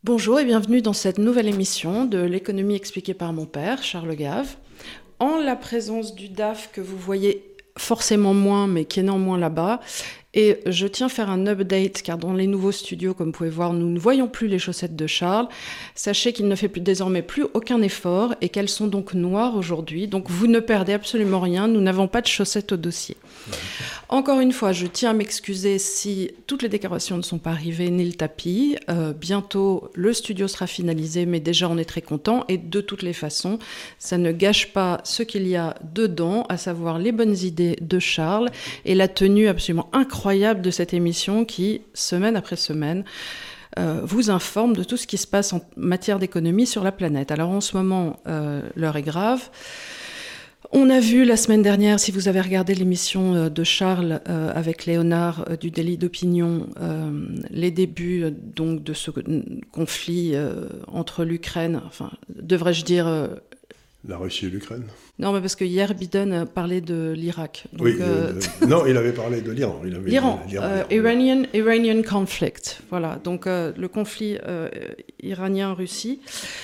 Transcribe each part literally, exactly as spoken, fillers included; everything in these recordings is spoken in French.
Bonjour et bienvenue dans cette nouvelle émission de l'économie expliquée par mon père, Charles Gave. En la présence du D A F que vous voyez forcément moins, mais qui est néanmoins là-bas. Et je tiens à faire un update, car dans les nouveaux studios, comme vous pouvez voir, nous ne voyons plus les chaussettes de Charles. Sachez qu'il ne fait plus, désormais plus aucun effort et qu'elles sont donc noires aujourd'hui. Donc vous ne perdez absolument rien, nous n'avons pas de chaussettes au dossier. Ouais. Encore une fois, je tiens à m'excuser si toutes les décorations ne sont pas arrivées, ni le tapis. Euh, bientôt, le studio sera finalisé, mais déjà on est très contents. Et de toutes les façons, ça ne gâche pas ce qu'il y a dedans, à savoir les bonnes idées de Charles et la tenue absolument incroyable incroyable de cette émission qui, semaine après semaine, euh, vous informe de tout ce qui se passe en matière d'économie sur la planète. Alors en ce moment, euh, l'heure est grave. On a vu la semaine dernière, si vous avez regardé l'émission de Charles euh, avec Léonard euh, du délit d'opinion, euh, les débuts euh, donc de ce conflit euh, entre l'Ukraine, enfin, devrais-je dire... Euh, La Russie et l'Ukraine. Non, mais parce que hier, Biden parlait de l'Irak. Donc, oui, euh... euh, non, il avait parlé de l'Iran. Il avait L'Iran, dit, l'Iran, euh, l'Iran Iranian, Iranian conflict. Voilà, donc euh, le conflit euh, iranien-Russie.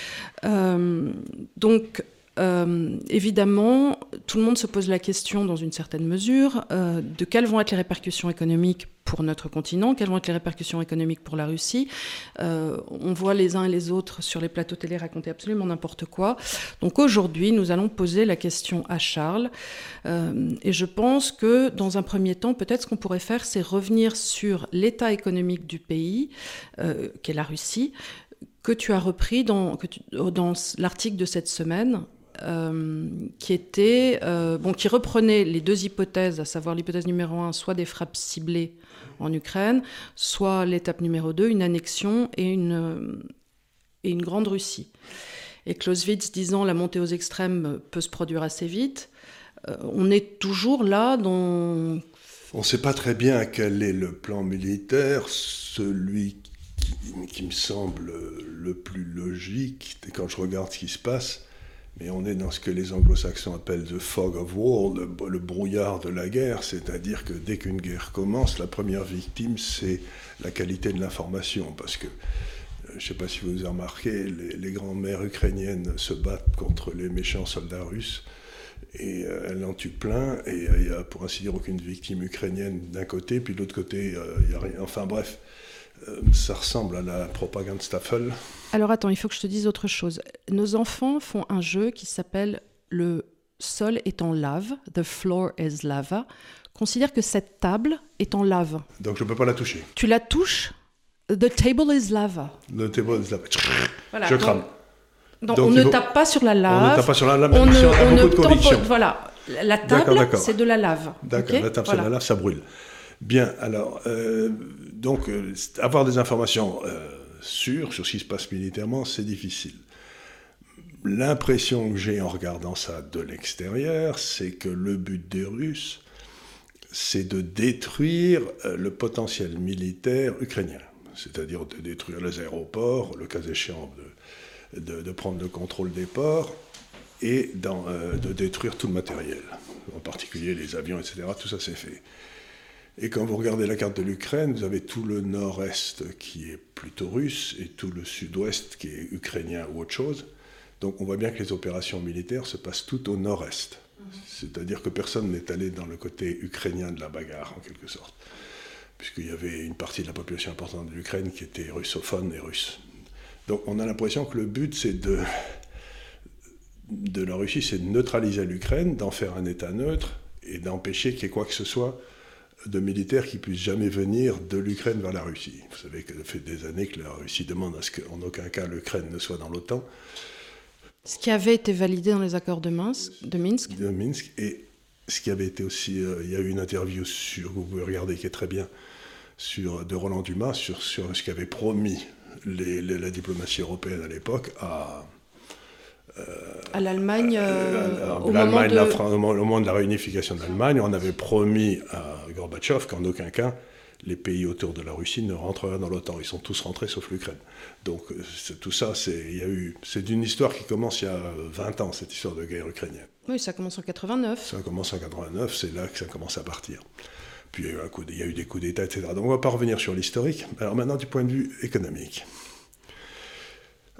Euh, donc, euh, évidemment, tout le monde se pose la question, dans une certaine mesure, euh, de quelles vont être les répercussions économiques pour notre continent, quelles vont être les répercussions économiques pour la Russie. Euh, on voit les uns et les autres sur les plateaux télé raconter absolument n'importe quoi. Donc aujourd'hui, nous allons poser la question à Charles. Euh, et je pense que, dans un premier temps, peut-être ce qu'on pourrait faire, c'est revenir sur l'état économique du pays, euh, qu'est la Russie, que tu as repris dans, que tu, dans l'article de cette semaine. Euh, qui était euh, bon, qui reprenait les deux hypothèses, à savoir l'hypothèse numéro un, soit des frappes ciblées en Ukraine, soit l'étape numéro deux, une annexion et une, euh, et une grande Russie. Et Clausewitz disant la montée aux extrêmes peut se produire assez vite. Euh, on est toujours là dans... On ne sait pas très bien quel est le plan militaire, celui qui, qui me semble le plus logique, et quand je regarde ce qui se passe. Mais on est dans ce que les anglo-saxons appellent the fog of war, le, le brouillard de la guerre, c'est-à-dire que dès qu'une guerre commence, la première victime, c'est la qualité de l'information. Parce que, je ne sais pas si vous avez remarqué, les, les grands-mères ukrainiennes se battent contre les méchants soldats russes, et euh, elles en tuent plein, et il n'y a pour ainsi dire aucune victime ukrainienne d'un côté, puis de l'autre côté, il euh, n'y a rien. Enfin bref. Euh, ça ressemble à la propagande Staffel. Alors attends, il faut que je te dise autre chose. Nos enfants font un jeu qui s'appelle « Le sol est en lave »,« The floor is lava ». Considère que cette table est en lave. Donc je ne peux pas la toucher. Tu la touches, « The table is lava ». The table is lava. Voilà, je donc, crame. Donc, donc on ne faut... tape pas sur la lave. On ne tape pas sur la lave, on même ne, si on a on beaucoup ne de conditions. Tampo... Voilà, la table, d'accord, d'accord. C'est de la lave. D'accord, okay la table, voilà. c'est de la lave, ça brûle. Bien, alors, euh, donc, euh, avoir des informations euh, sûres sur ce qui se passe militairement, c'est difficile. L'impression que j'ai en regardant ça de l'extérieur, c'est que le but des Russes, c'est de détruire euh, le potentiel militaire ukrainien. C'est-à-dire de détruire les aéroports, le cas échéant de, de, de prendre le contrôle des ports, et dans, euh, de détruire tout le matériel, en particulier les avions, et cetera. Tout ça, c'est fait. Et quand vous regardez la carte de l'Ukraine, vous avez tout le nord-est qui est plutôt russe et tout le sud-ouest qui est ukrainien ou autre chose. Donc on voit bien que les opérations militaires se passent toutes au nord-est. Mmh. C'est-à-dire que personne n'est allé dans le côté ukrainien de la bagarre, en quelque sorte. Puisqu'il y avait une partie de la population importante de l'Ukraine qui était russophone et russe. Donc on a l'impression que le but, c'est de, de la Russie, c'est de neutraliser l'Ukraine, d'en faire un État neutre et d'empêcher qu'il y ait quoi que ce soit de militaires qui puissent jamais venir de l'Ukraine vers la Russie. Vous savez que ça fait des années que la Russie demande à ce qu'en aucun cas l'Ukraine ne soit dans l'OTAN. Ce qui avait été validé dans les accords de Minsk. De Minsk. De Minsk. Et ce qui avait été aussi... Euh, il y a eu une interview sur, que vous pouvez regarder qui est très bien, sur, de Roland Dumas sur, sur ce qu'avait promis les, les, la diplomatie européenne à l'époque à... Euh, à l'Allemagne, euh, à, à, au, l'Allemagne moment de... la, au moment de la réunification de l'Allemagne, on avait promis à Gorbatchev qu'en aucun cas les pays autour de la Russie ne rentreraient dans l'OTAN. Ils sont tous rentrés sauf l'Ukraine. Donc c'est, tout ça, c'est, il y a eu, c'est une histoire qui commence il y a vingt ans, cette histoire de guerre ukrainienne. Oui, ça commence en quatre-vingt-neuf. Ça commence en quatre-vingt-neuf, c'est là que ça commence à partir. Puis il y a eu, un coup, il y a eu des coups d'État, et cetera. Donc on ne va pas revenir sur l'historique. Alors maintenant, du point de vue économique.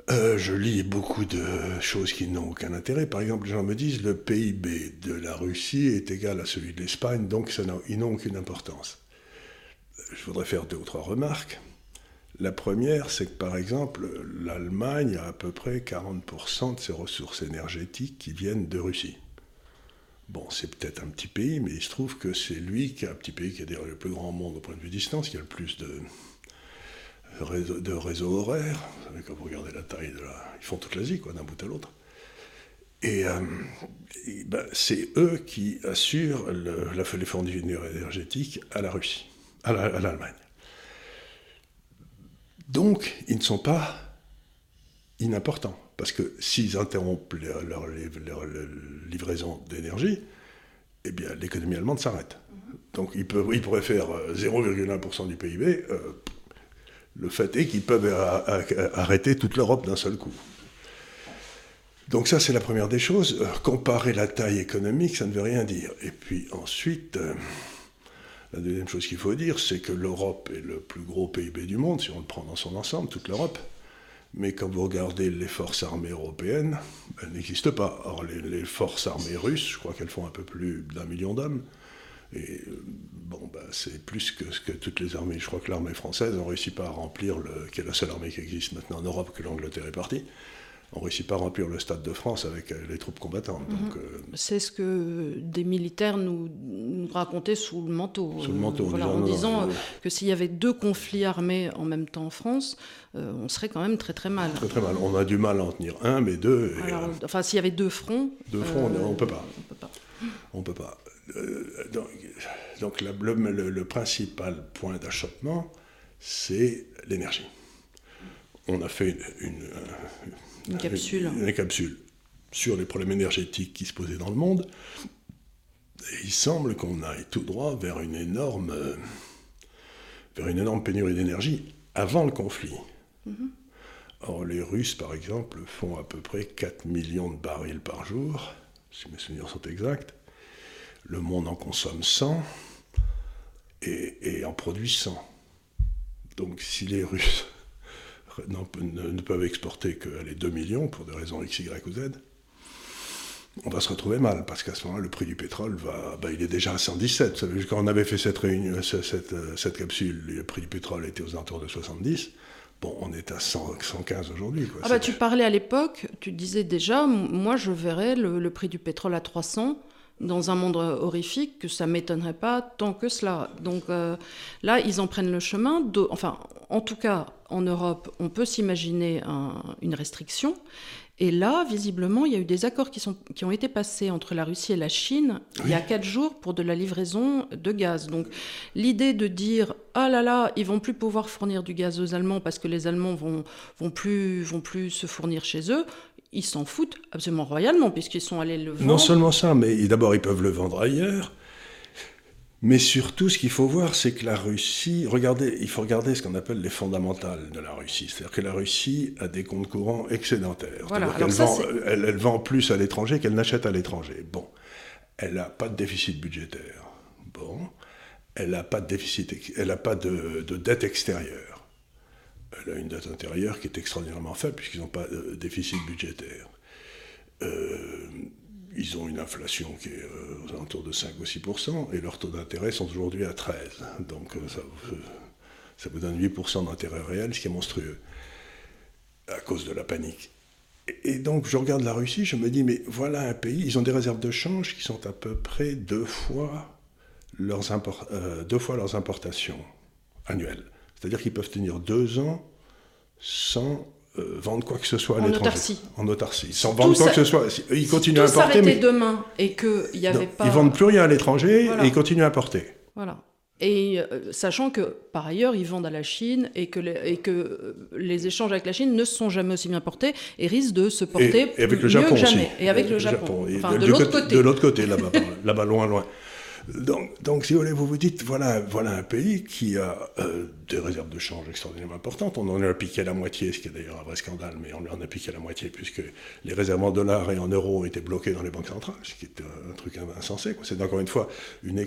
euh, Je lis beaucoup de choses qui n'ont aucun intérêt. Par exemple, les gens me disent le P I B de la Russie est égal à celui de l'Espagne, donc ça n'a, ils n'ont aucune importance. Je voudrais faire deux ou trois remarques. La première, c'est que par exemple, l'Allemagne a à peu près quarante pour cent de ses ressources énergétiques qui viennent de Russie. Bon, c'est peut-être un petit pays, mais il se trouve que c'est lui qui est un petit pays qui est d'ailleurs le plus grand au monde au point de vue distance, qui a le plus de réseaux de réseau horaires. Vous savez, quand vous regardez la taille de la... Ils font toute l'Asie, quoi, d'un bout à l'autre. Et, euh, et ben, c'est eux qui assurent le, la, les fournitures énergétiques à la Russie, à, la, à l'Allemagne. Donc, ils ne sont pas inimportants. Parce que s'ils interrompent leur, leur, leur, leur livraison d'énergie, eh bien, l'économie allemande s'arrête. Donc, ils, peuvent, ils pourraient faire zéro virgule un pour cent du P I B. Euh, le fait est qu'ils peuvent a, a, a, arrêter toute l'Europe d'un seul coup. Donc ça, c'est la première des choses. Euh, comparer la taille économique, ça ne veut rien dire. Et puis ensuite... Euh, La deuxième chose qu'il faut dire, c'est que l'Europe est le plus gros P I B du monde, si on le prend dans son ensemble, toute l'Europe. Mais quand vous regardez les forces armées européennes, elles n'existent pas. Or, les, les forces armées russes, je crois qu'elles font un peu plus d'un million d'hommes. Et bon, ben, c'est plus que ce que toutes les armées. Je crois que l'armée française n'a réussi pas à remplir, le, qui est la seule armée qui existe maintenant en Europe, que l'Angleterre est partie. On ne réussit pas à remplir le Stade de France avec les troupes combattantes. Mmh. Donc, euh... C'est ce que des militaires nous, nous racontaient sous le manteau. Sous le manteau, euh, voilà, en disant, en disant non, euh, que s'il y avait deux conflits armés en même temps en France, euh, on serait quand même très très mal. Très très mal. On a du mal à en tenir un, mais deux... Et, Alors, euh... enfin, s'il y avait deux fronts... Deux fronts, euh, on ne peut pas. On peut pas. On peut pas. Euh, donc, donc la, le, le, le principal point d'achoppement, c'est l'énergie. On a fait une... une Une capsule. Une, une capsule sur les problèmes énergétiques qui se posaient dans le monde. Et il semble qu'on aille tout droit vers une énorme, euh, vers une énorme pénurie d'énergie avant le conflit. Mm-hmm. Or, les Russes, par exemple, font à peu près quatre millions de barils par jour, si mes souvenirs sont exacts. Le monde en consomme cent et, et en produit cent. Donc, si les Russes... Non, ne, ne peuvent exporter que les deux millions pour des raisons X, Y ou Z, on va se retrouver mal, parce qu'à ce moment-là, le prix du pétrole, va, ben, il est déjà à cent dix-sept. Vous savez, quand on avait fait cette, réunion, cette, cette, cette capsule, le prix du pétrole était aux alentours de soixante-dix. Bon, on est à cent, cent quinze aujourd'hui. Quoi. Ah bah, tu parlais à l'époque, tu disais déjà, moi je verrais le, le prix du pétrole à trois cents. Dans un monde horrifique, que ça ne m'étonnerait pas tant que cela. Donc euh, là, ils en prennent le chemin. De, enfin, en tout cas, en Europe, on peut s'imaginer un, une restriction. Et là, visiblement, il y a eu des accords qui, sont, qui ont été passés entre la Russie et la Chine oui. il y a quatre jours pour de la livraison de gaz. Donc l'idée de dire « Ah là là, ils ne vont plus pouvoir fournir du gaz aux Allemands parce que les Allemands ne vont, vont, plus, vont plus se fournir chez eux », ils s'en foutent absolument royalement, puisqu'ils sont allés le vendre. Non seulement ça, mais d'abord, ils peuvent le vendre ailleurs. Mais surtout, ce qu'il faut voir, c'est que la Russie... Regardez, il faut regarder ce qu'on appelle les fondamentales de la Russie. C'est-à-dire que la Russie a des comptes courants excédentaires. Voilà. C'est-à-dire qu'elle vend, elle, elle vend plus à l'étranger qu'elle n'achète à l'étranger. Bon. Elle n'a pas de déficit budgétaire. Bon. Elle n'a pas de déficit... Elle n'a pas de, de dette extérieure. Elle a une dette intérieure qui est extraordinairement faible puisqu'ils n'ont pas de déficit budgétaire. Euh, ils ont une inflation qui est euh, aux alentours de cinq ou six pour cent et leurs taux d'intérêt sont aujourd'hui à treize. Donc euh, ça, euh, ça vous donne huit pour cent d'intérêt réel, ce qui est monstrueux, à cause de la panique. Et, et donc je regarde la Russie, je me dis, mais voilà un pays, ils ont des réserves de change qui sont à peu près deux fois leurs, import, euh, deux fois leurs importations annuelles. C'est-à-dire qu'ils peuvent tenir deux ans sans euh, vendre quoi que ce soit à en l'étranger. Autarcie. En autarcie. Sans vendre quoi ça, que ce soit. Ils si continuent à importer. Mais demain et qu'il n'y avait non, pas... Ils ne vendent plus rien à l'étranger voilà. Et ils continuent à importer. Voilà. Et euh, sachant que, par ailleurs, ils vendent à la Chine et que, les, et que les échanges avec la Chine ne sont jamais aussi bien portés et risquent de se porter et, et avec mieux le Japon que jamais. Aussi. Et avec et le Japon. Japon. Enfin, de, de l'autre côté. côté. De l'autre côté, là-bas, là-bas loin, loin. Donc, donc, si vous voulez, vous vous dites, voilà, voilà un pays qui a euh, des réserves de change extraordinairement importantes. On en a piqué la moitié, ce qui est d'ailleurs un vrai scandale, mais on en a piqué la moitié puisque les réserves en dollars et en euros ont été bloquées dans les banques centrales, ce qui est un truc insensé. Quoi. C'est encore une fois une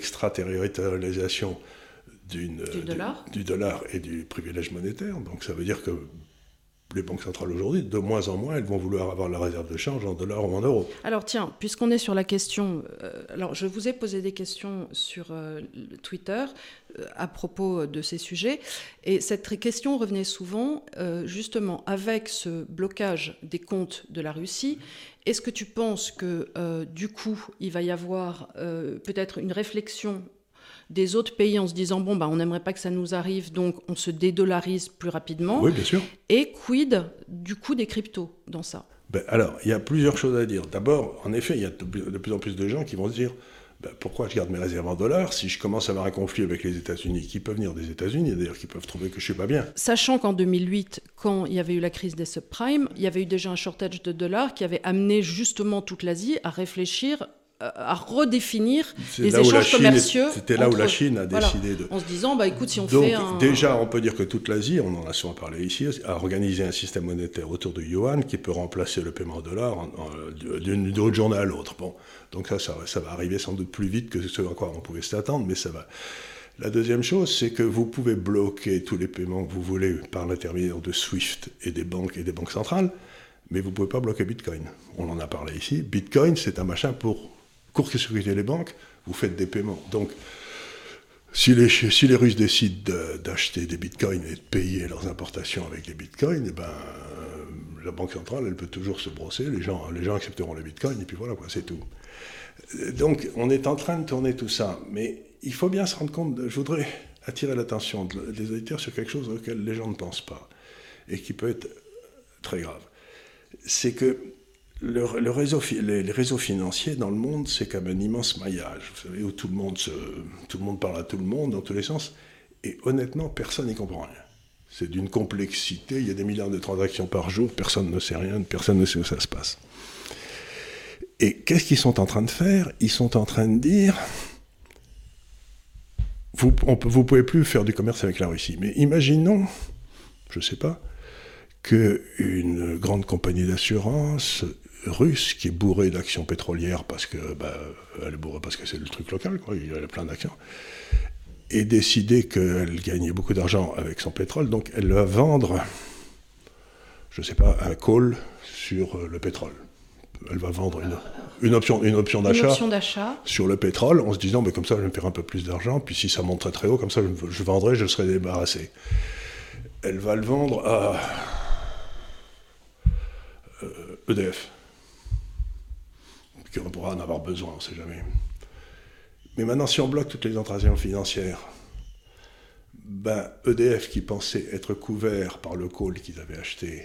extraterritorialisation d'une, du, dollar. du, du dollar et du privilège monétaire. Donc ça veut dire que les banques centrales aujourd'hui, de moins en moins, elles vont vouloir avoir la réserve de change en dollars ou en euros. Alors tiens, puisqu'on est sur la question, euh, alors je vous ai posé des questions sur euh, Twitter euh, à propos de ces sujets, et cette question revenait souvent, euh, justement, avec ce blocage des comptes de la Russie. Est-ce que tu penses que, euh, du coup, il va y avoir euh, peut-être une réflexion des autres pays en se disant, bon, bah, on n'aimerait pas que ça nous arrive, donc on se dédollarise plus rapidement. Oui, bien sûr. Et quid du coût des cryptos dans ça ? Ben, alors, il y a plusieurs choses à dire. D'abord, en effet, il y a de plus en plus de gens qui vont se dire, ben, pourquoi je garde mes réserves en dollars si je commence à avoir un conflit avec les États-Unis, qui peut venir des États-Unis, d'ailleurs, qui peuvent trouver que je ne suis pas bien. Sachant qu'en deux mille huit, quand il y avait eu la crise des subprimes, il y avait eu déjà un shortage de dollars qui avait amené justement toute l'Asie à réfléchir, à redéfinir C'est les échanges commerciaux. Est, c'était là où la Chine a décidé voilà, de... En se disant, bah, écoute, si on Donc, fait un... déjà, on peut dire que toute l'Asie, on en a souvent parlé ici, a organisé un système monétaire autour du yuan qui peut remplacer le paiement en dollars en, en, d'une, d'une journée à l'autre. Bon, donc ça, ça, ça va arriver sans doute plus vite que ce à quoi on pouvait s'attendre, mais ça va. La deuxième chose, c'est que vous pouvez bloquer tous les paiements que vous voulez par l'intermédiaire de SWIFT et des banques et des banques centrales, mais vous ne pouvez pas bloquer Bitcoin. On en a parlé ici. Bitcoin, c'est un machin pour... court-circuiter les banques, vous faites des paiements. Donc, si les, si les Russes décident de, d'acheter des bitcoins et de payer leurs importations avec des bitcoins, eh ben, euh, la banque centrale, elle peut toujours se brosser, les gens, les gens accepteront les bitcoins, et puis voilà, quoi, c'est tout. Donc, on est en train de tourner tout ça, mais il faut bien se rendre compte, de, je voudrais attirer l'attention des auditeurs sur quelque chose auquel les gens ne pensent pas, et qui peut être très grave. C'est que Le, le réseau, les, les réseaux financiers dans le monde, c'est comme un immense maillage, vous savez, où tout le monde, se, tout le monde parle à tout le monde, dans tous les sens, et honnêtement, personne n'y comprend rien. C'est d'une complexité, il y a des milliards de transactions par jour, personne ne sait rien, personne ne sait où ça se passe. Et qu'est-ce qu'ils sont en train de faire ? Ils sont en train de dire, vous ne pouvez plus faire du commerce avec la Russie, mais imaginons, je ne sais pas, qu'une grande compagnie d'assurance russe qui est bourrée d'actions pétrolières parce que bah, elle est bourrée parce que c'est le truc local, quoi, il y a plein d'actions, et décidé qu'elle gagnait beaucoup d'argent avec son pétrole, donc elle va vendre, je ne sais pas, un call sur le pétrole. Elle va vendre une, une, option, une, option, d'achat une option d'achat sur le pétrole en se disant, mais comme ça je vais me faire un peu plus d'argent, puis si ça monte très très haut, comme ça je, je vendrai, je serai débarrassé. Elle va le vendre à euh, E D F. Qu'on pourra en avoir besoin, on ne sait jamais. Mais maintenant, si on bloque toutes les transactions financières, ben, E D F, qui pensait être couvert par le call qu'ils avaient acheté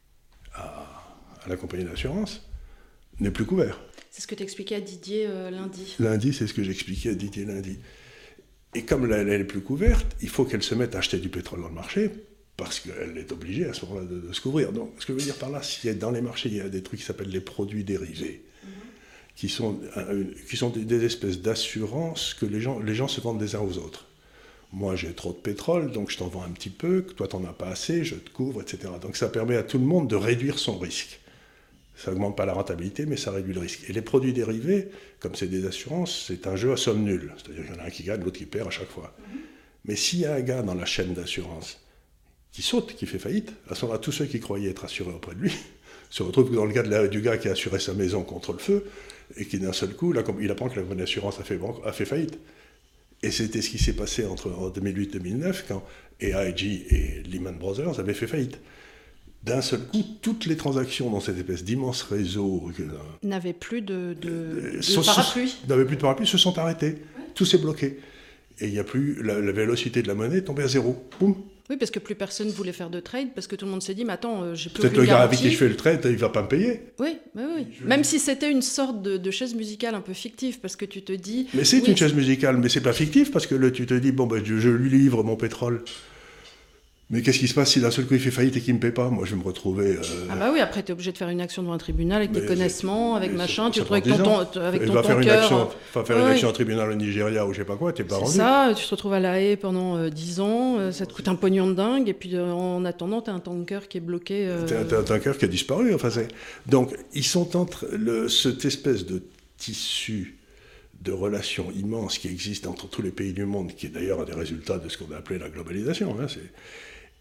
à, à la compagnie d'assurance, n'est plus couvert. C'est ce que tu expliquais à Didier euh, lundi. Lundi, c'est ce que j'expliquais à Didier lundi. Et comme elle n'est plus couverte, il faut qu'elle se mette à acheter du pétrole dans le marché, parce qu'elle est obligée à ce moment-là de, de se couvrir. Donc, ce que je veux dire par là, c'est que dans les marchés, il y a des trucs qui s'appellent les produits dérivés, qui sont, euh, qui sont des, des espèces d'assurances que les gens, les gens se vendent des uns aux autres. Moi, j'ai trop de pétrole, donc je t'en vends un petit peu, que toi, t'en as pas assez, je te couvre, et cetera. Donc ça permet à tout le monde de réduire son risque. Ça n'augmente pas la rentabilité, mais ça réduit le risque. Et les produits dérivés, comme c'est des assurances, c'est un jeu à somme nulle. C'est-à-dire qu'il y en a un qui gagne, l'autre qui perd à chaque fois. Mm-hmm. Mais s'il y a un gars dans la chaîne d'assurance qui saute, qui fait faillite, à ce moment-là, tous ceux qui croyaient être assurés auprès de lui se retrouvent dans le cas de la, du gars qui a assuré sa maison contre le feu, et qui d'un seul coup, là, il apprend que la bonne assurance a fait, a fait faillite. Et c'était ce qui s'est passé entre en deux mille huit deux mille neuf, quand A I G et Lehman Brothers avaient fait faillite. D'un seul coup, toutes les transactions dans cette espèce d'immense réseau euh, n'avaient plus de, de, de sont, parapluie. N'avaient plus de parapluie, se sont arrêtés. Ouais. Tout s'est bloqué. Et il y a plus, la, la vélocité de la monnaie est tombée à zéro. Boum. Oui, parce que plus personne voulait faire de trade, parce que tout le monde s'est dit, mais attends, euh, j'ai plus Peut-être aucune le gars garantie. avec qui je fais le trade, il ne va pas me payer. Oui, oui, oui. Je... Même si c'était une sorte de, de chaise musicale un peu fictive, parce que tu te dis... Mais c'est oui, une chaise musicale, mais c'est pas fictif, parce que là, tu te dis, bon, ben, je, je lui livre mon pétrole. Mais qu'est-ce qui se passe si d'un seul coup il fait faillite et qu'il ne me paie pas ? Moi, je vais me retrouver... Euh... Ah bah oui, après, tu es obligé de faire une action devant un tribunal avec mais, des connaissements, avec machin, tu te retrouves avec ton, avec ton, va ton faire cœur. Une action, va faire ouais. une action au tribunal au Nigeria ou je sais pas quoi, tu n'es pas rendu. C'est ça, tu te retrouves à La Haye pendant euh, dix ans, euh, ça te coûte un pognon de dingue, et puis euh, en attendant, tu as un tanker qui est bloqué... Euh... Tu as un tanker qui a disparu, enfin c'est... Donc, ils sont entre le, cette espèce de tissu de relations immenses qui existe entre tous les pays du monde, qui est d'ailleurs un des résultats de ce qu'on a appelé la globalisation, hein, c'est...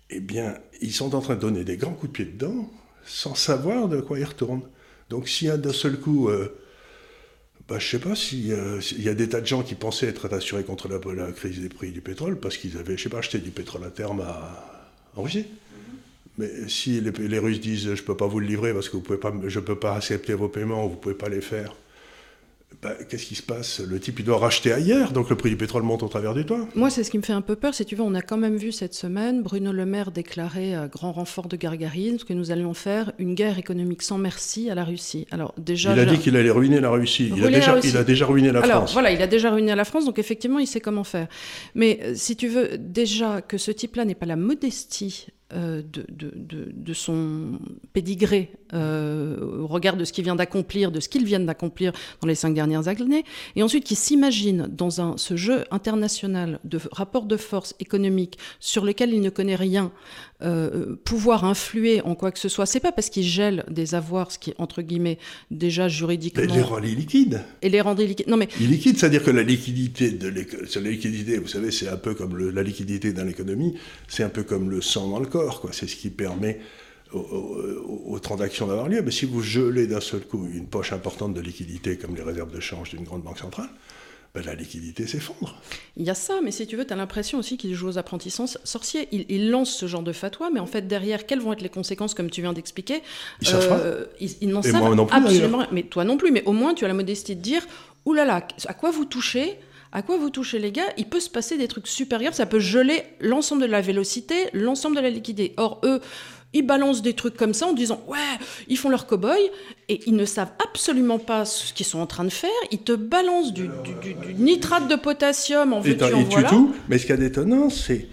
eh bien, ils sont en train de donner des grands coups de pied dedans, sans savoir de quoi ils retournent. Donc, s'il y a d'un seul coup, euh, bah, je ne sais pas s'il euh, si y a des tas de gens qui pensaient être assurés contre la, la crise des prix du pétrole parce qu'ils avaient, je sais pas, acheté du pétrole à terme à, en Russie. Mm-hmm. Mais si les, les Russes disent « je ne peux pas vous le livrer parce que vous pouvez pas, je ne peux pas accepter vos paiements, vous ne pouvez pas les faire », bah, qu'est-ce qui se passe ? Le type, il doit racheter ailleurs, donc le prix du pétrole monte au travers du toit. Moi, c'est ce qui me fait un peu peur. Si tu veux, on a quand même vu cette semaine Bruno Le Maire déclarer à grand renfort de gargarine que nous allions faire une guerre économique sans merci à la Russie. Alors, déjà, il a je... dit qu'il allait ruiner la Russie. Il a, déjà, Russie. il a déjà ruiné la Alors, France. Voilà, il a déjà ruiné la France, donc effectivement, il sait comment faire. Mais si tu veux, déjà que ce type-là n'ait pas la modestie Euh, de, de, de, de son pédigré euh, au regard de ce qu'il vient d'accomplir, de ce qu'ils viennent d'accomplir dans les cinq dernières années, et ensuite qu'il s'imagine dans un, ce jeu international de rapport de force économique sur lequel il ne connaît rien, euh, pouvoir influer en quoi que ce soit. C'est pas parce qu'il gèle des avoirs, ce qui est entre guillemets déjà juridiquement... Mais les rend liquides. Et les rendre liquides. Non mais... Il liquide, c'est-à-dire que la liquidité, de la liquidité, vous savez, c'est un peu comme le, la liquidité dans l'économie, c'est un peu comme le sang dans le corps, quoi. C'est ce qui permet aux, aux, aux transactions d'avoir lieu. Mais si vous gelez d'un seul coup une poche importante de liquidité, comme les réserves de change d'une grande banque centrale, ben la liquidité s'effondre. Il y a ça, mais si tu veux, tu as l'impression aussi qu'il joue aux apprentis sorciers. Il, il lance ce genre de fatwa, mais en fait, derrière, quelles vont être les conséquences, comme tu viens d'expliquer ? Ils savent euh, Ils, ils n'en Et savent moi non plus, absolument rien. Mais toi non plus, mais au moins, tu as la modestie de dire « Ouh là là, à quoi vous touchez ? À quoi vous touchez, les gars ? Il peut se passer des trucs supérieurs, ça peut geler l'ensemble de la vélocité, l'ensemble de la liquidité. » Or, eux... Ils balancent des trucs comme ça en disant « Ouais, ils font leur cow-boy » et ils ne savent absolument pas ce qu'ils sont en train de faire. Ils te balancent du, du, du, du nitrate de potassium en veux-tu, en voilà. Tout. Mais ce qu'il y a d'étonnant, c'est...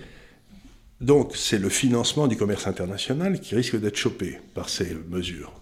Donc, c'est le financement du commerce international qui risque d'être chopé par ces mesures.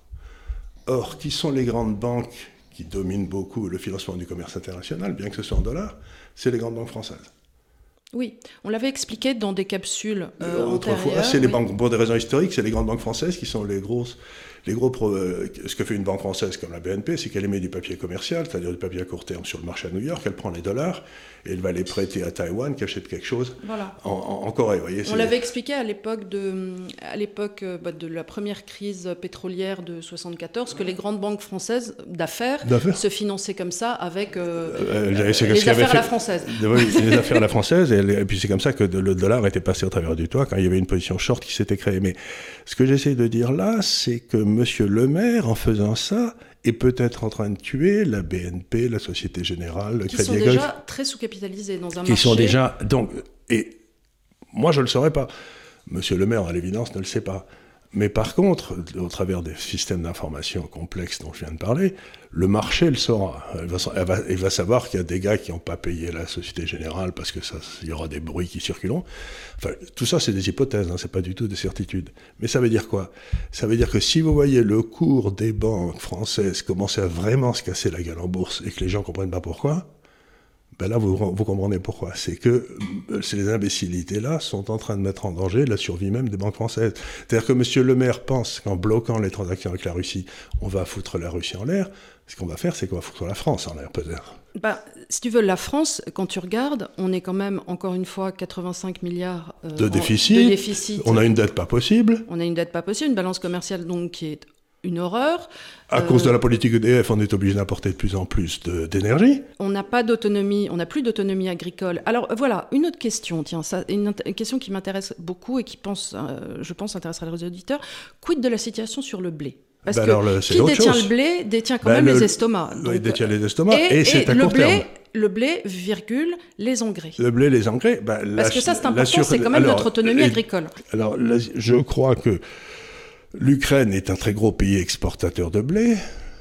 Or, qui sont les grandes banques qui dominent beaucoup le financement du commerce international, bien que ce soit en dollars ? C'est les grandes banques françaises. Oui, on l'avait expliqué dans des capsules euh, Autrefois, c'est oui. les banques, pour des raisons historiques, c'est les grandes banques françaises qui sont les grosses... Les gros pro, euh, ce que fait une banque française comme la B N P, c'est qu'elle émet du papier commercial, c'est-à-dire du papier à court terme sur le marché à New York, elle prend les dollars et elle va les prêter à Taïwan qui achète quelque chose voilà. en, en, en Corée. Vous voyez, on l'avait expliqué à l'époque, de, à l'époque bah, de la première crise pétrolière de soixante-quatorze, que les grandes banques françaises d'affaires, d'affaires. se finançaient comme ça avec euh, euh, c'est les affaires fait, à la française. Oui, les affaires à la française, et, et puis c'est comme ça que le dollar était passé au travers du toit quand il y avait une position short qui s'était créée. Mais ce que j'essaie de dire là, c'est que M. Le Maire, en faisant ça, est peut-être en train de tuer la B N P, la Société Générale, le qui Crédit Agricole. Qui sont déjà très sous-capitalisés dans un qui marché. Qui sont déjà... Donc, et moi, je ne le saurais pas. M. Le Maire, à l'évidence, ne le sait pas. Mais par contre, au travers des systèmes d'information complexes dont je viens de parler, le marché le saura. Il va, elle va, il va savoir qu'il y a des gars qui n'ont pas payé la Société Générale parce que ça, il y aura des bruits qui circuleront. Enfin, tout ça, c'est des hypothèses, hein, c'est pas du tout des certitudes. Mais ça veut dire quoi ? Ça veut dire que si vous voyez le cours des banques françaises commencer à vraiment se casser la gueule en bourse et que les gens ne comprennent pas pourquoi, ben là, vous, vous comprenez pourquoi. C'est que ces imbécilités-là sont en train de mettre en danger la survie même des banques françaises. C'est-à-dire que M. Le Maire pense qu'en bloquant les transactions avec la Russie, on va foutre la Russie en l'air. Ce qu'on va faire, c'est qu'on va foutre la France en l'air, peut-être. Bah, si tu veux, la France, quand tu regardes, on est quand même, encore une fois, quatre-vingt-cinq milliards euh, de, déficit. de déficit. On a une dette pas possible. On a une dette pas possible, une balance commerciale donc qui est... une horreur. À euh, cause de la politique E D F, on est obligé d'importer de plus en plus de, d'énergie. On n'a pas d'autonomie, on n'a plus d'autonomie agricole. Alors voilà, une autre question, tiens, ça, une, une question qui m'intéresse beaucoup et qui, pense, euh, je pense, intéressera les auditeurs. Quid de la situation sur le blé ? Parce ben que alors, le, qui détient chose. le blé détient quand ben même le, les estomacs. Donc, il détient les estomacs et, et, c'est et à le court blé, terme. Le blé, virgule, les engrais. Le blé, les engrais... Ben, Parce la, que ça, c'est important, sur... c'est quand même alors, notre autonomie et, agricole. Alors, là, je crois que l'Ukraine est un très gros pays exportateur de blé,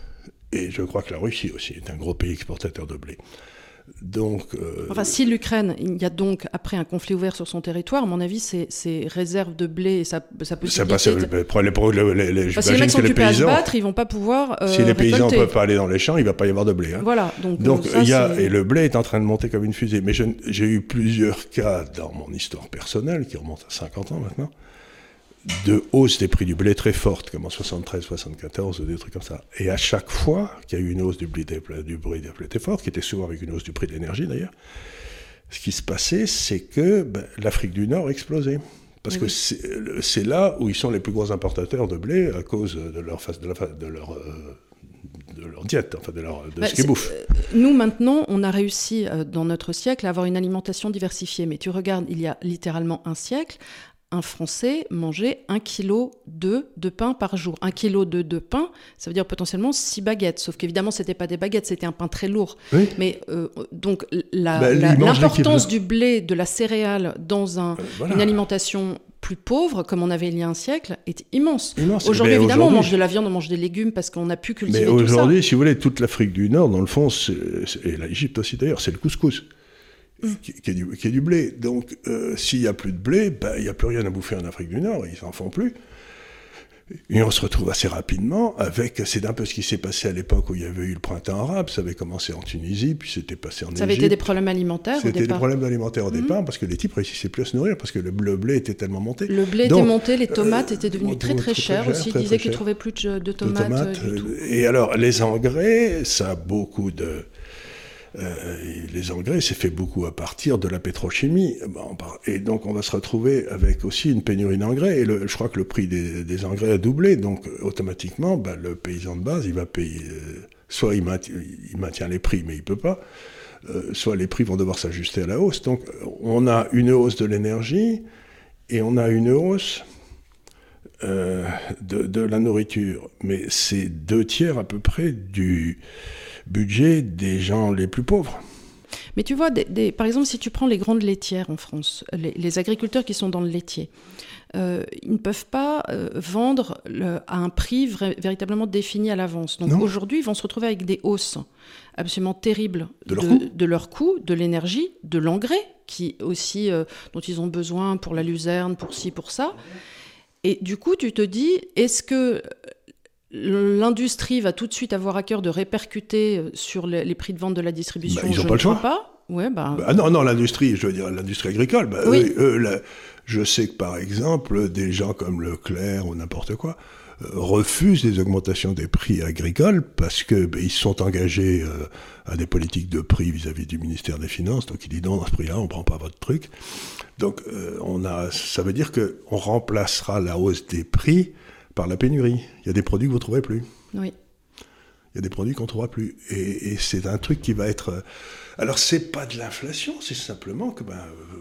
et je crois que la Russie aussi est un gros pays exportateur de blé. Donc, euh... Enfin, si l'Ukraine, il y a donc, après un conflit ouvert sur son territoire, à mon avis, ses, ses réserves de blé et sa, sa possibilité... Ça passe, de... pour les, pour les, les, les, enfin, si les mecs sont occupés à se battre, ils ne vont pas pouvoir euh, Si les paysans ne récolter. peuvent pas aller dans les champs, il ne va pas y avoir de blé. Hein. Voilà. Donc, donc ça, y a, c'est... et le blé est en train de monter comme une fusée. Mais je, j'ai eu plusieurs cas dans mon histoire personnelle, qui remonte à cinquante ans maintenant, de hausse des prix du blé très forte, comme en soixante-treize soixante-quatorze, ou des trucs comme ça. Et à chaque fois qu'il y a eu une hausse du blé, du blé, du blé très forte, qui était souvent avec une hausse du prix de l'énergie d'ailleurs, ce qui se passait, c'est que ben, l'Afrique du Nord explosait. Parce oui, que oui. c'est, c'est là où ils sont les plus gros importateurs de blé à cause de leur, de la, de leur, euh, de leur diète, enfin de, leur, de Bah, ce qu'ils bouffent. Euh, nous, maintenant, on a réussi euh, dans notre siècle à avoir une alimentation diversifiée. Mais tu regardes, il y a littéralement un siècle, un Français mangeait un kilo de, de pain par jour. Un kilo de, de pain, ça veut dire potentiellement six baguettes. Sauf qu'évidemment, ce n'était pas des baguettes, c'était un pain très lourd. Oui. Mais euh, donc, la, Bah, la, ils mangent l'importance l'équivalent. du blé, de la céréale dans un, Euh, voilà. une alimentation plus pauvre, comme on avait il y a un siècle, est immense. Immense. Aujourd'hui, Mais évidemment, aujourd'hui- on mange de la viande, on mange des légumes parce qu'on a pu cultiver Mais tout ça. aujourd'hui, si vous voulez, toute l'Afrique du Nord, dans le fond, c'est, c'est- et l'Égypte aussi d'ailleurs, c'est le couscous, Mm. qui, qui, est du, qui est du blé. Donc, euh, s'il n'y a plus de blé, ben, il n'y a plus rien à bouffer en Afrique du Nord, ils n'en font plus. Et on se retrouve assez rapidement avec, c'est un peu ce qui s'est passé à l'époque où il y avait eu le printemps arabe, ça avait commencé en Tunisie, puis c'était passé en Égypte. Ça avait été des problèmes alimentaires au C'était des départ. problèmes alimentaires au Mhm. départ, parce que les types réussissaient plus à se nourrir, parce que le, le blé était tellement monté. Le blé Donc, était monté, les tomates euh, étaient devenues bon, très très, très, très chères cher, aussi. très, Ils disaient très qu'ils ne cher. trouvaient plus de, de de tomates, tomates. euh, du tout. Et alors, les engrais, ça a beaucoup de... Euh, les engrais, c'est fait beaucoup à partir de la pétrochimie. Bon, et donc, on va se retrouver avec aussi une pénurie d'engrais. Et le, je crois que le prix des, des engrais a doublé. Donc, automatiquement, ben, le paysan de base, il va payer... Euh, soit il maintient, il maintient les prix, mais il ne peut pas. Euh, soit les prix vont devoir s'ajuster à la hausse. Donc, on a une hausse de l'énergie et on a une hausse euh, de, de la nourriture. Mais c'est deux tiers à peu près du budget des gens les plus pauvres. Mais tu vois, des, des, par exemple, si tu prends les grandes laitières en France, les, les agriculteurs qui sont dans le laitier, euh, ils ne peuvent pas euh, vendre le, à un prix vra- véritablement défini à l'avance. Donc Non. aujourd'hui, ils vont se retrouver avec des hausses absolument terribles De leurs coûts. de leurs coûts, de l'énergie, de l'engrais, qui aussi, euh, dont ils ont besoin pour la luzerne, pour ci, pour ça. Et du coup, tu te dis, est-ce que l'industrie va tout de suite avoir à cœur de répercuter sur les, les prix de vente de la distribution? Bah, ils ont Je pas ne le choix. crois pas. Ouais, bah, Bah, non, non, l'industrie, je veux dire l'industrie agricole. Bah, Oui. eux, eux, là, je sais que par exemple, des gens comme Leclerc ou n'importe quoi euh, refusent des augmentations des prix agricoles parce que bah, ils se sont engagés euh, à des politiques de prix vis-à-vis du ministère des Finances. Donc ils disent non, à ce prix-là, on prend pas votre truc. Donc euh, on a, ça veut dire que on remplacera la hausse des prix par la pénurie. Il y a des produits que vous ne trouverez plus. oui. Il y a des produits qu'on ne trouvera plus. Et, et c'est un truc qui va être... Alors, c'est pas de l'inflation, c'est simplement que ben,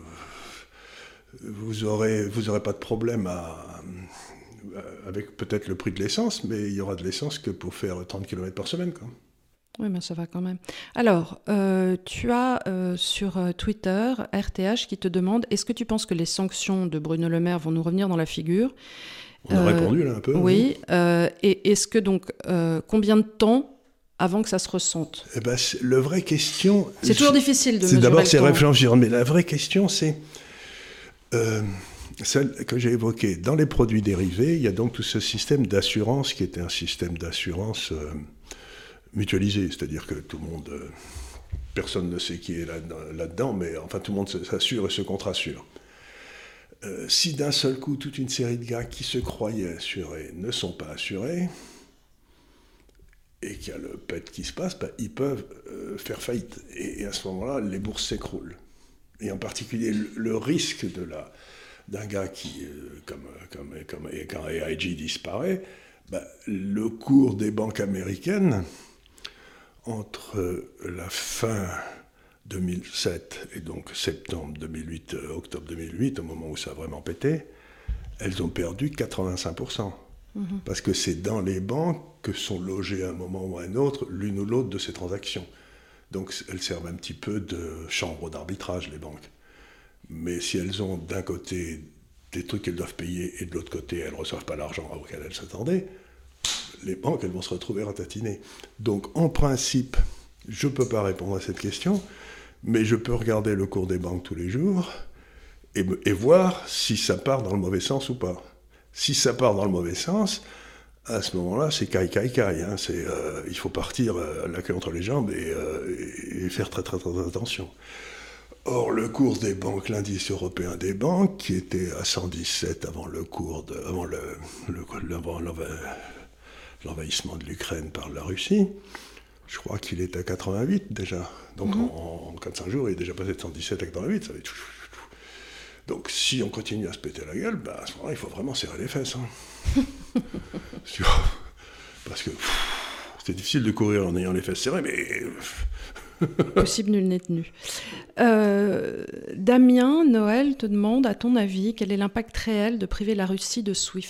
euh, vous aurez, vous aurez pas de problème à, avec peut-être le prix de l'essence, mais il y aura de l'essence que pour faire trente kilomètres par semaine, quoi. Oui, mais ça va quand même. Alors, euh, tu as euh, sur euh, Twitter R T H qui te demande, est-ce que tu penses que les sanctions de Bruno Le Maire vont nous revenir dans la figure? On a Euh, répondu là un peu. Oui. Euh, et est-ce que donc, euh, combien de temps avant que ça se ressente? Eh ben, c'est- le vraie question... C'est toujours difficile de C'est mesurer d'abord le c'est temps. réfléchir, mais la vraie question c'est euh, celle que j'ai évoquée. Dans les produits dérivés, il y a donc tout ce système d'assurance qui était un système d'assurance euh, mutualisé, c'est-à-dire que tout le monde, euh, personne ne sait qui est là, là-dedans, mais enfin tout le monde s'assure et se contre-assure. Euh, si d'un seul coup, toute une série de gars qui se croyaient assurés ne sont pas assurés, et qu'il y a le P E T qui se passe, ben, ils peuvent euh, faire faillite. Et, et à ce moment-là, les bourses s'écroulent. Et en particulier, le, le risque de la, d'un gars qui, euh, comme, comme, comme et quand A I G disparaît, ben, le cours des banques américaines, entre la fin deux mille sept et donc septembre deux mille huit, euh, octobre deux mille huit, au moment où ça a vraiment pété, elles ont perdu quatre-vingt-cinq pour cent. Mmh. Parce que c'est dans les banques que sont logées à un moment ou à un autre l'une ou l'autre de ces transactions. Donc elles servent un petit peu de chambre d'arbitrage, les banques. Mais si elles ont d'un côté des trucs qu'elles doivent payer et de l'autre côté elles ne reçoivent pas l'argent auquel elles s'attendaient, les banques elles vont se retrouver ratatinées. Donc en principe, je ne peux pas répondre à cette question, mais je peux regarder le cours des banques tous les jours et, et voir si ça part dans le mauvais sens ou pas. Si ça part dans le mauvais sens, à ce moment-là, c'est caille, caille, caille. Hein. C'est, euh, il faut partir euh, la queue entre les jambes et, euh, et faire très, très, très attention. Or, le cours des banques, l'indice européen des banques, qui était à cent dix-sept avant le cours de, avant le, le, avant l'envahissement de l'Ukraine par la Russie, je crois qu'il est à quatre-vingt-huit déjà. Donc, mm-hmm. en, en quatre à cinq jours, il est déjà passé de cent dix-sept à quatre-vingt-huit. Ça va être... Donc si on continue à se péter la gueule, ben, à ce moment-là, il faut vraiment serrer les fesses. Hein. Parce que pff, c'est difficile de courir en ayant les fesses serrées, mais... Possible, nul n'est tenu. Euh, Damien, Noël te demande, à ton avis, quel est l'impact réel de priver la Russie de SWIFT ?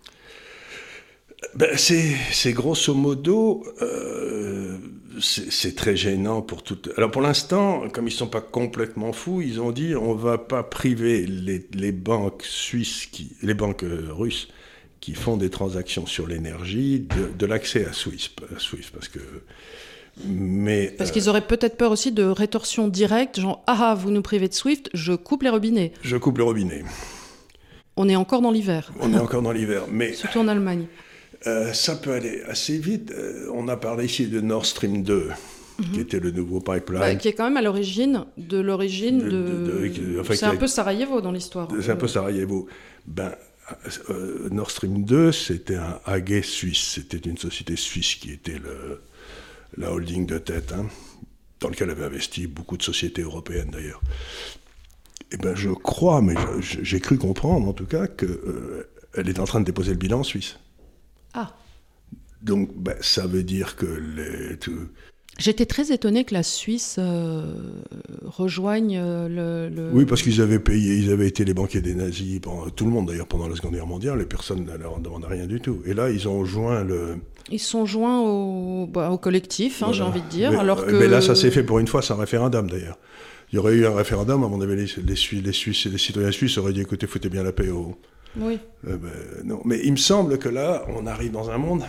Ben, c'est, c'est grosso modo, euh, c'est, c'est très gênant pour tout. Alors pour l'instant, comme ils ne sont pas complètement fous, ils ont dit on ne va pas priver les, les banques suisses, qui, les banques russes qui font des transactions sur l'énergie de, de l'accès à SWIFT, à SWIFT parce que. Mais, Parce euh, qu'ils auraient peut-être peur aussi de rétorsion directe, genre ah vous nous privez de SWIFT, je coupe les robinets. Je coupe le robinet. On est encore dans l'hiver. On est encore dans l'hiver, mais surtout en Allemagne. Euh, ça peut aller assez vite. Euh, on a parlé ici de Nord Stream deux, mm-hmm. qui était le nouveau pipeline. Bah, qui est quand même à l'origine de l'origine de... de, de, de enfin, c'est un a... peu Sarajevo dans l'histoire. C'est un peu Sarajevo. Ben, euh, Nord Stream deux, c'était un A G suisse. C'était une société suisse qui était le, la holding de tête, hein, dans laquelle avaient investi beaucoup de sociétés européennes d'ailleurs. Et ben, je crois, mais je, j'ai cru comprendre en tout cas, qu'elle euh, est en train de déposer le bilan en Suisse. Ah. Donc, ben, ça veut dire que les... Tout... J'étais très étonné que la Suisse euh, rejoigne le, le... Oui, parce qu'ils avaient payé, ils avaient été les banquiers des nazis, pendant, tout le monde d'ailleurs, pendant la Seconde Guerre mondiale, les personnes ne leur demandaient rien du tout. Et là, ils ont joint le... Ils sont joints au, bah, au collectif, hein, voilà. J'ai envie de dire. Mais, alors que... mais là, ça s'est fait pour une fois sans référendum d'ailleurs. Il y aurait eu un référendum, à mon avis, les, les, Suisses, les, Suisses, les citoyens suisses auraient dit, écoutez, foutez bien la paix au... Oui. Euh, ben, non. Mais il me semble que là, on arrive dans un monde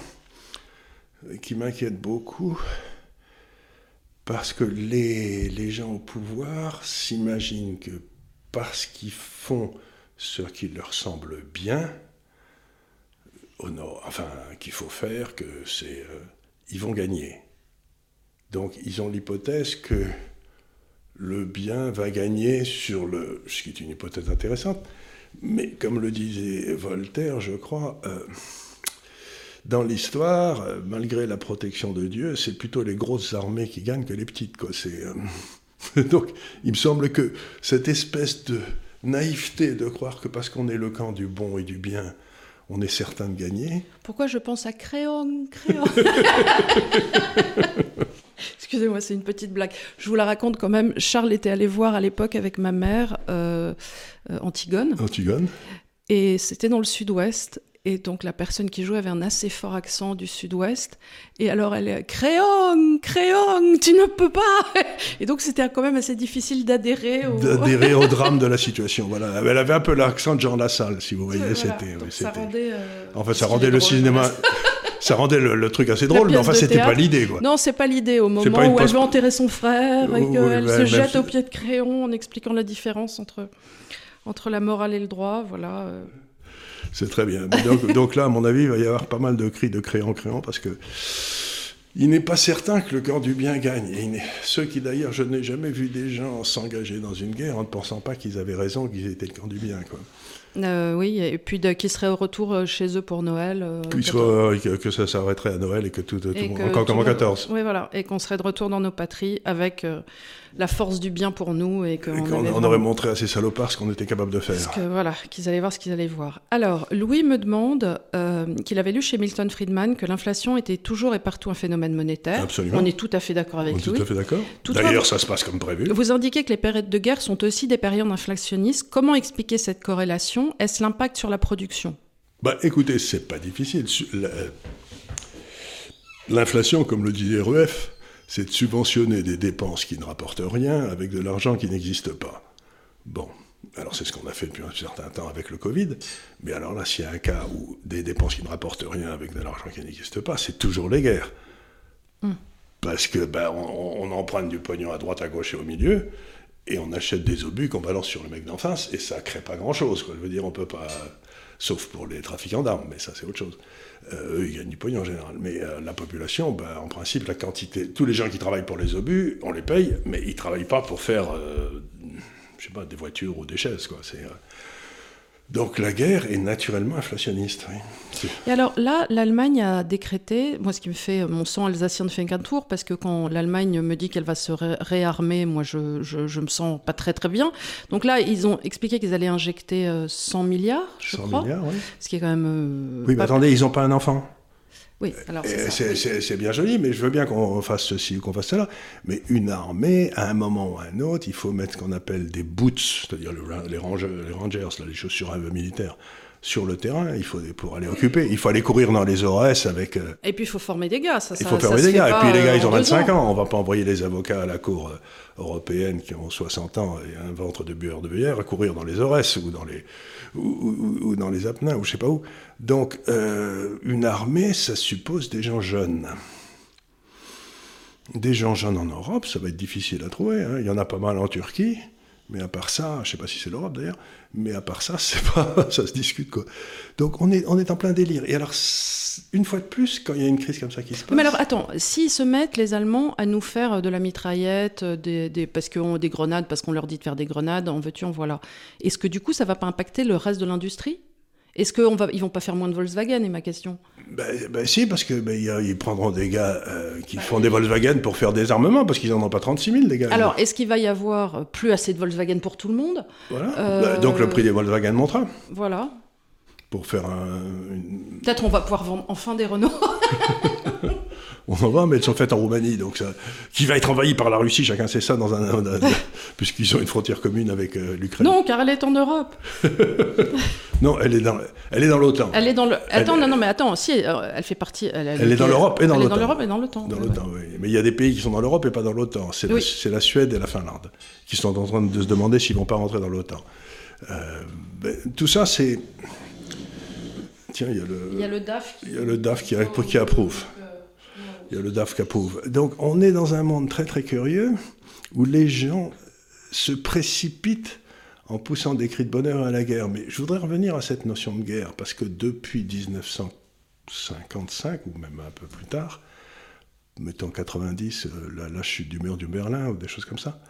qui m'inquiète beaucoup parce que les, les gens au pouvoir s'imaginent que parce qu'ils font ce qui leur semble bien, honor, enfin, qu'il faut faire, que c'est, euh, ils vont gagner. Donc, ils ont l'hypothèse que le bien va gagner sur le... ce qui est une hypothèse intéressante. Mais comme le disait Voltaire, je crois, euh, dans l'histoire, euh, malgré la protection de Dieu, c'est plutôt les grosses armées qui gagnent que les petites, quoi. C'est, euh... Donc, il me semble que cette espèce de naïveté de croire que parce qu'on est le camp du bon et du bien, on est certain de gagner. Pourquoi je pense à Créon, Créon Excusez-moi, c'est une petite blague. Je vous la raconte quand même. Charles était allé voir à l'époque avec ma mère euh, euh, Antigone. Antigone. Et c'était dans le sud-ouest. Et donc la personne qui jouait avait un assez fort accent du sud-ouest. Et alors elle est « Créon, Créon, tu ne peux pas !» Et donc c'était quand même assez difficile d'adhérer au... D'adhérer au drame de la situation, voilà. Elle avait un peu l'accent de Jean Lassalle, si vous voyez. Voilà. C'était, donc oui, ça c'était... rendait... Euh, en fait, ça rendait le drôle, cinéma... Ça rendait le, le truc assez drôle, mais enfin, c'était théâtre. Pas l'idée, quoi. Non, c'est pas l'idée. Au moment où post... elle veut enterrer son frère et qu'elle oui, se jette au pied de Créon en expliquant la différence entre, entre la morale et le droit, voilà... Euh... C'est très bien. Donc, donc là, à mon avis, il va y avoir pas mal de cris de Créon, Créon, parce que il n'est pas certain que le camp du bien gagne. Et il ceux qui, d'ailleurs, je n'ai jamais vu des gens s'engager dans une guerre en ne pensant pas qu'ils avaient raison, qu'ils étaient le camp du bien, quoi. Euh, oui, et puis de, qui seraient au retour chez eux pour Noël. Euh, soit, que, que ça s'arrêterait à Noël et que tout, tout, et tout que encore comme en quatorze. Oui, voilà, et qu'on serait de retour dans nos patries avec euh, la force du bien pour nous. Et, qu'on et qu'on on vraiment... aurait montré à ces salopards ce qu'on était capable de faire. Parce que, voilà, qu'ils allaient voir ce qu'ils allaient voir. Alors, Louis me demande euh, qu'il avait lu chez Milton Friedman que l'inflation était toujours et partout un phénomène monétaire. Absolument. On est tout à fait d'accord avec on est Louis. Tout à fait d'accord. Toutefois, D'ailleurs, ça se passe comme prévu. Vous indiquez que les périodes de guerre sont aussi des périodes inflationnistes. Comment expliquer cette corrélation ? Est-ce l'impact sur la production ? Bah, écoutez, c'est pas difficile. L'inflation, comme le disait R E F, c'est de subventionner des dépenses qui ne rapportent rien avec de l'argent qui n'existe pas. Bon, alors c'est ce qu'on a fait depuis un certain temps avec le Covid, mais alors là, s'il y a un cas où des dépenses qui ne rapportent rien avec de l'argent qui n'existe pas, c'est toujours les guerres. Mm. Parce que ben, on, on emprunte du pognon à droite, à gauche et au milieu, et on achète des obus qu'on balance sur le mec d'en face, et ça ne crée pas grand-chose, quoi. Je veux dire, on peut pas... Sauf pour les trafiquants d'armes, mais ça c'est autre chose. Euh, eux, ils gagnent du pognon en général. Mais euh, la population, ben, en principe, la quantité... Tous les gens qui travaillent pour les obus, on les paye, mais ils ne travaillent pas pour faire, euh, je sais pas, des voitures ou des chaises, quoi. C'est, euh... Donc la guerre est naturellement inflationniste. Oui. Et alors là, l'Allemagne a décrété, moi ce qui me fait, mon sang alsacien ne fait qu'un tour, parce que quand l'Allemagne me dit qu'elle va se ré- réarmer, moi je, je, je me sens pas très très bien. Donc là, ils ont expliqué qu'ils allaient injecter euh, cent milliards, je cent crois. milliards, oui. Ce qui est quand même... Euh, oui, mais attendez, ils n'ont pas un enfant. Oui, alors c'est, ça, c'est, oui. c'est, c'est bien joli, mais je veux bien qu'on fasse ceci ou qu'on fasse cela. Mais une armée, à un moment ou à un autre, il faut mettre ce qu'on appelle des boots, c'est-à-dire le, les rangers, les, rangers là, les chaussures militaires, sur le terrain. Il faut pour aller occuper. Il faut aller courir dans les O R S avec. Euh, et puis il faut former des gars. Ça, il ça, faut ça former se des fait gars. pas, Et puis les gars, ils ont vingt-cinq ans. ans. On ne va pas envoyer les avocats à la cour euh, européenne qui ont soixante ans et un ventre de bueur de bière à courir dans les O R S ou dans les ou, ou, ou dans les Apennins ou je sais pas où. Donc euh, une armée, ça suppose des gens jeunes. Des gens jeunes en Europe, ça va être difficile à trouver. Hein. Il y en a pas mal en Turquie, mais à part ça, je ne sais pas si c'est l'Europe d'ailleurs, mais à part ça, c'est pas, ça se discute quoi. Donc on est, on est en plein délire. Et alors, une fois de plus, quand il y a une crise comme ça qui se passe... Mais alors attends, s'ils se mettent, les Allemands, à nous faire de la mitraillette, des, des, parce qu'on des grenades, parce qu'on leur dit de faire des grenades, en veux-tu, en voilà. Est-ce que du coup, ça ne va pas impacter le reste de l'industrie ? Est-ce qu'ils ne vont pas faire moins de Volkswagen, est ma question ? Ben, ben si, parce qu'ils ben, ils prendront des gars euh, qui bah, font oui. des Volkswagen pour faire des armements, parce qu'ils n'en ont pas trente-six mille, les gars. Alors, est-ce qu'il va y avoir plus assez de Volkswagen pour tout le monde ? Voilà. Euh... Ben, donc le prix des Volkswagen montera. Voilà. Pour faire un... Une... Peut-être on va pouvoir vendre enfin des Renault. On en va, mais elles sont faites en Roumanie, donc ça, qui va être envahie par la Russie, chacun sait ça, dans un, un, un puisqu'ils ont une frontière commune avec euh, l'Ukraine. Non, car elle est en Europe. Non, elle est dans, elle est dans l'OTAN. Elle est dans le. Attends, elle, non, non, mais attends, si, elle fait partie. Elle, elle, elle est dans l'Europe et dans elle l'OTAN. Elle est dans l'Europe et dans l'OTAN. Dans ouais, l'OTAN, ouais. oui. Mais il y a des pays qui sont dans l'Europe et pas dans l'OTAN. C'est, oui. la, c'est la Suède et la Finlande qui sont en train de se demander s'ils vont pas rentrer dans l'OTAN. Euh, ben, tout ça, c'est. Tiens, il y a le. Il y a le D A F. Qui... Il y a le D A F qui, a, qui approuve. Il y a le D A F qui approuve. Donc, on est dans un monde très très curieux où les gens se précipitent en poussant des cris de bonheur à la guerre. Mais je voudrais revenir à cette notion de guerre, parce que depuis dix-neuf cent cinquante-cinq, ou même un peu plus tard, mettons quatre-vingt-dix, la, la chute du mur du Berlin, ou des choses comme ça,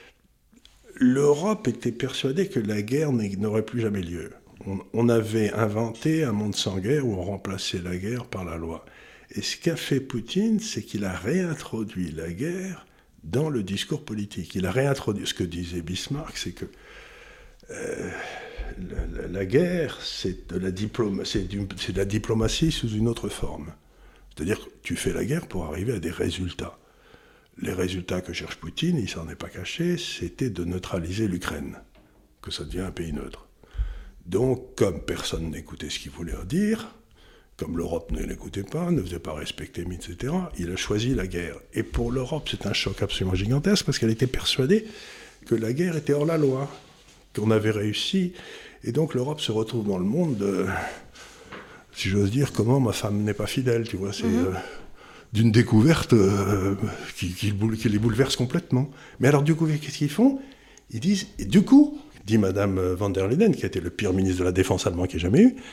l'Europe était persuadée que la guerre n'aurait plus jamais lieu. On, on avait inventé un monde sans guerre où on remplaçait la guerre par la loi. Et ce qu'a fait Poutine, c'est qu'il a réintroduit la guerre dans le discours politique. Il a réintroduit ce que disait Bismarck, c'est que euh, la, la, la guerre, c'est de, la diploma, c'est, du, c'est de la diplomatie sous une autre forme. C'est-à-dire que tu fais la guerre pour arriver à des résultats. Les résultats que cherche Poutine, il ne s'en est pas caché, c'était de neutraliser l'Ukraine, que ça devient un pays neutre. Donc, comme personne n'écoutait ce qu'il voulait dire, comme l'Europe ne l'écoutait pas, ne faisait pas respecter, et cetera, il a choisi la guerre. Et pour l'Europe, c'est un choc absolument gigantesque, parce qu'elle était persuadée que la guerre était hors la loi, qu'on avait réussi. Et donc l'Europe se retrouve dans le monde de, si j'ose dire, comment ma femme n'est pas fidèle, tu vois, c'est mm-hmm. euh, d'une découverte euh, qui, qui, qui les bouleverse complètement. Mais alors du coup, qu'est-ce qu'ils font ? Ils disent, et du coup, dit Madame van der Leyen, qui a été le pire ministre de la Défense allemand qu'il y ait jamais eu,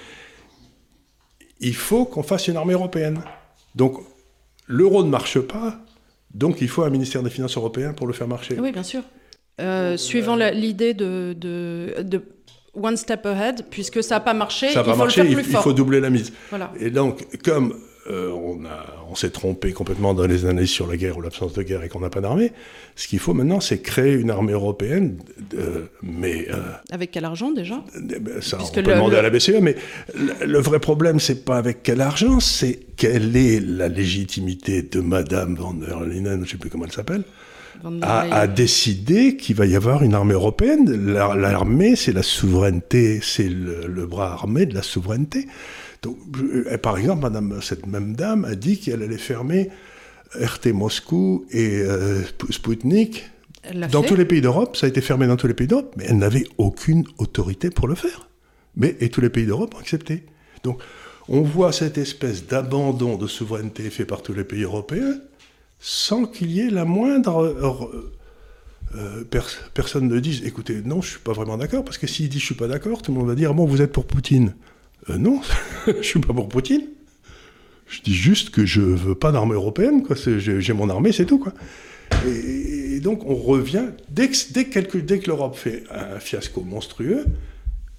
il faut qu'on fasse une armée européenne. Donc, l'euro ne marche pas, donc il faut un ministère des Finances européen pour le faire marcher. Oui, bien sûr. Euh, suivant la, l'idée de, de, de one step ahead, puisque ça n'a pas marché, ça il faut marché, le faire plus il, fort. Il faut doubler la mise. Voilà. Et donc, comme euh, on, a, on s'est trompé complètement dans les analyses sur la guerre ou l'absence de guerre et qu'on n'a pas d'armée, ce qu'il faut maintenant, c'est créer une armée européenne, euh, mais... Euh, avec quel argent, déjà ? Ça, Puisque on peut le, demander le... à la B C E, mais le, le vrai problème, c'est pas avec quel argent, c'est quelle est la légitimité de Madame van der Leyen, je ne sais plus comment elle s'appelle, à, à décider qu'il va y avoir une armée européenne. La, l'armée, c'est la souveraineté, c'est le, le bras armé de la souveraineté. Donc, je, par exemple, madame, cette même dame a dit qu'elle allait fermer R T Moscou et euh, Sputnik dans fait. tous les pays d'Europe. Ça a été fermé dans tous les pays d'Europe, mais elle n'avait aucune autorité pour le faire. Mais, et tous les pays d'Europe ont accepté. Donc, on voit cette espèce d'abandon de souveraineté fait par tous les pays européens, sans qu'il y ait la moindre... Euh, euh, pers- personne ne dise, écoutez, non, je ne suis pas vraiment d'accord, parce que s'il dit je ne suis pas d'accord, tout le monde va dire, bon, vous êtes pour Poutine. Euh, non, je ne suis pas pour Poutine. Je dis juste que je ne veux pas d'armée européenne, quoi. C'est, j'ai, j'ai mon armée, c'est tout, quoi. Et, et donc, on revient, dès que, dès, que, dès que l'Europe fait un fiasco monstrueux,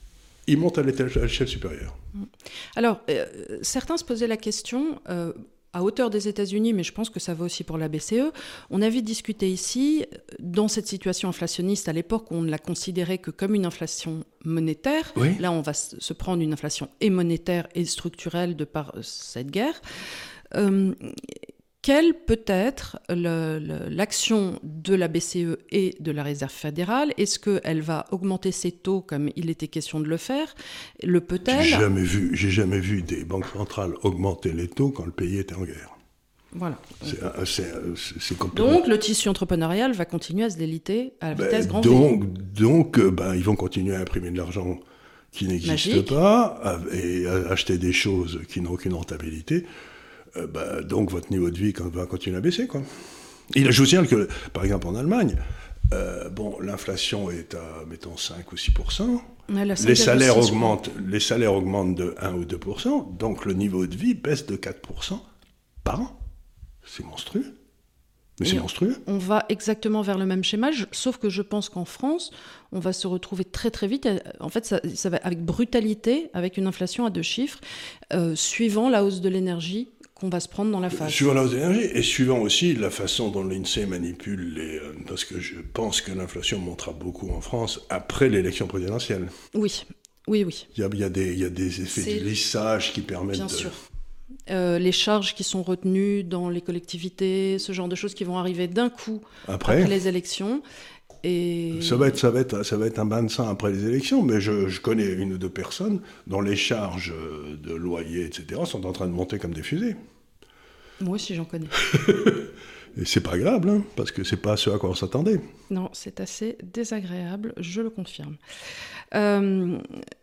il monte à l'échelle supérieure. Alors, euh, certains se posaient la question, euh, à hauteur des États-Unis, mais je pense que ça va aussi pour la B C E, on avait discuté ici, dans cette situation inflationniste, à l'époque où on ne la considérait que comme une inflation monétaire. Oui. Là, on va se prendre une inflation et monétaire et structurelle de par cette guerre. Euh, Quelle peut être le, le, l'action de la B C E et de la Réserve fédérale ? Est-ce qu'elle va augmenter ses taux comme il était question de le faire ? Le peut-elle ? J'ai jamais vu, j'ai jamais vu des banques centrales augmenter les taux quand le pays était en guerre. Voilà. C'est, c'est, c'est complètement... Donc le tissu entrepreneurial va continuer à se déliter à la vitesse ben, grand donc, V. Donc, ben, ils vont continuer à imprimer de l'argent qui n'existe Magique. pas et à acheter des choses qui n'ont aucune rentabilité. Euh, bah, donc votre niveau de vie va continuer à baisser, quoi. Il je vous signale que, par exemple, en Allemagne, euh, bon, l'inflation est à, mettons, cinq ou six pour cent. Les salaires, augmentent, les salaires augmentent de un ou deux pour cent, donc le niveau de vie baisse de quatre pour cent par an. C'est monstrueux. Mais c'est monstrueux. On va exactement vers le même schéma, je, sauf que je pense qu'en France, on va se retrouver très très vite, en fait, ça, ça va avec brutalité, avec une inflation à deux chiffres, euh, suivant la hausse de l'énergie qu'on va se prendre dans la face. Suivant la hausse de l'énergie et suivant aussi la façon dont l'INSEE manipule les... Euh, parce que je pense que l'inflation montera beaucoup en France après l'élection présidentielle. Oui, oui, oui. Il y a, il y a, des, il y a des effets C'est... de lissage qui permettent Bien de... sûr. Euh, les charges qui sont retenues dans les collectivités, ce genre de choses qui vont arriver d'un coup après, après les élections. Et... Ça, va être, ça, va être, ça va être un bain de sang après les élections, mais je, je connais une ou deux personnes dont les charges de loyer, et cetera, sont en train de monter comme des fusées. Moi aussi, j'en connais. Et c'est pas agréable, hein, parce que c'est pas ce à quoi on s'attendait. Non, c'est assez désagréable, je le confirme. Euh...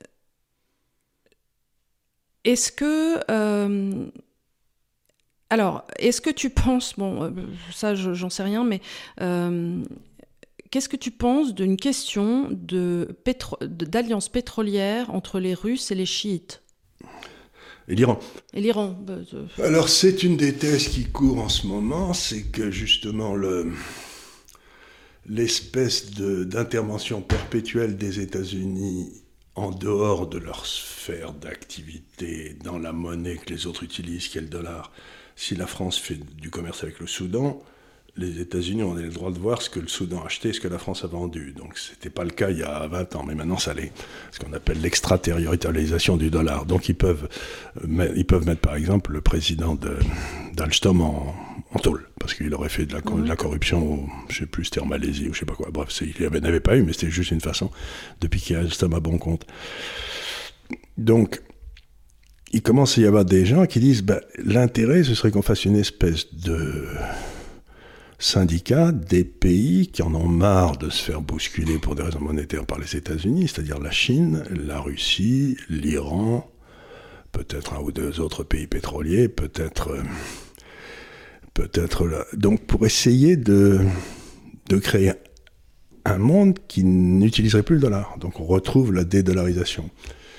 Est-ce que... Euh... Alors, est-ce que tu penses... Bon, ça, je, j'en sais rien, mais... Euh... Qu'est-ce que tu penses d'une question de pétro... d'alliance pétrolière entre les Russes et les chiites ? Et l'Iran. Et l'Iran. Bah, je... Alors, c'est une des thèses qui court en ce moment, c'est que justement, le... l'espèce de... d'intervention perpétuelle des États-Unis en dehors de leur sphère d'activité, dans la monnaie que les autres utilisent, qui est le dollar. Si la France fait du commerce avec le Soudan, les États-Unis ont le droit de voir ce que le Soudan a acheté et ce que la France a vendu. Donc ce n'était pas le cas il y a vingt ans, mais maintenant ça l'est. Ce qu'on appelle l'extraterritorialisation du dollar. Donc ils peuvent, ils peuvent mettre par exemple le président de, d'Alstom en, en tôle, parce qu'il aurait fait de la, mmh. de la corruption, au, je ne sais plus, c'était en Malaisie ou je ne sais pas quoi. Bref, c'est, il n'y avait pas eu, mais c'était juste une façon de piquer Alstom à bon compte. Donc il commence à y avoir des gens qui disent bah, l'intérêt ce serait qu'on fasse une espèce de... syndicats des pays qui en ont marre de se faire bousculer pour des raisons monétaires par les États-Unis, c'est-à-dire la Chine, la Russie, l'Iran, peut-être un ou deux autres pays pétroliers, peut-être... Euh, peut-être là. Donc pour essayer de, de créer un monde qui n'utiliserait plus le dollar. Donc on retrouve la dédollarisation.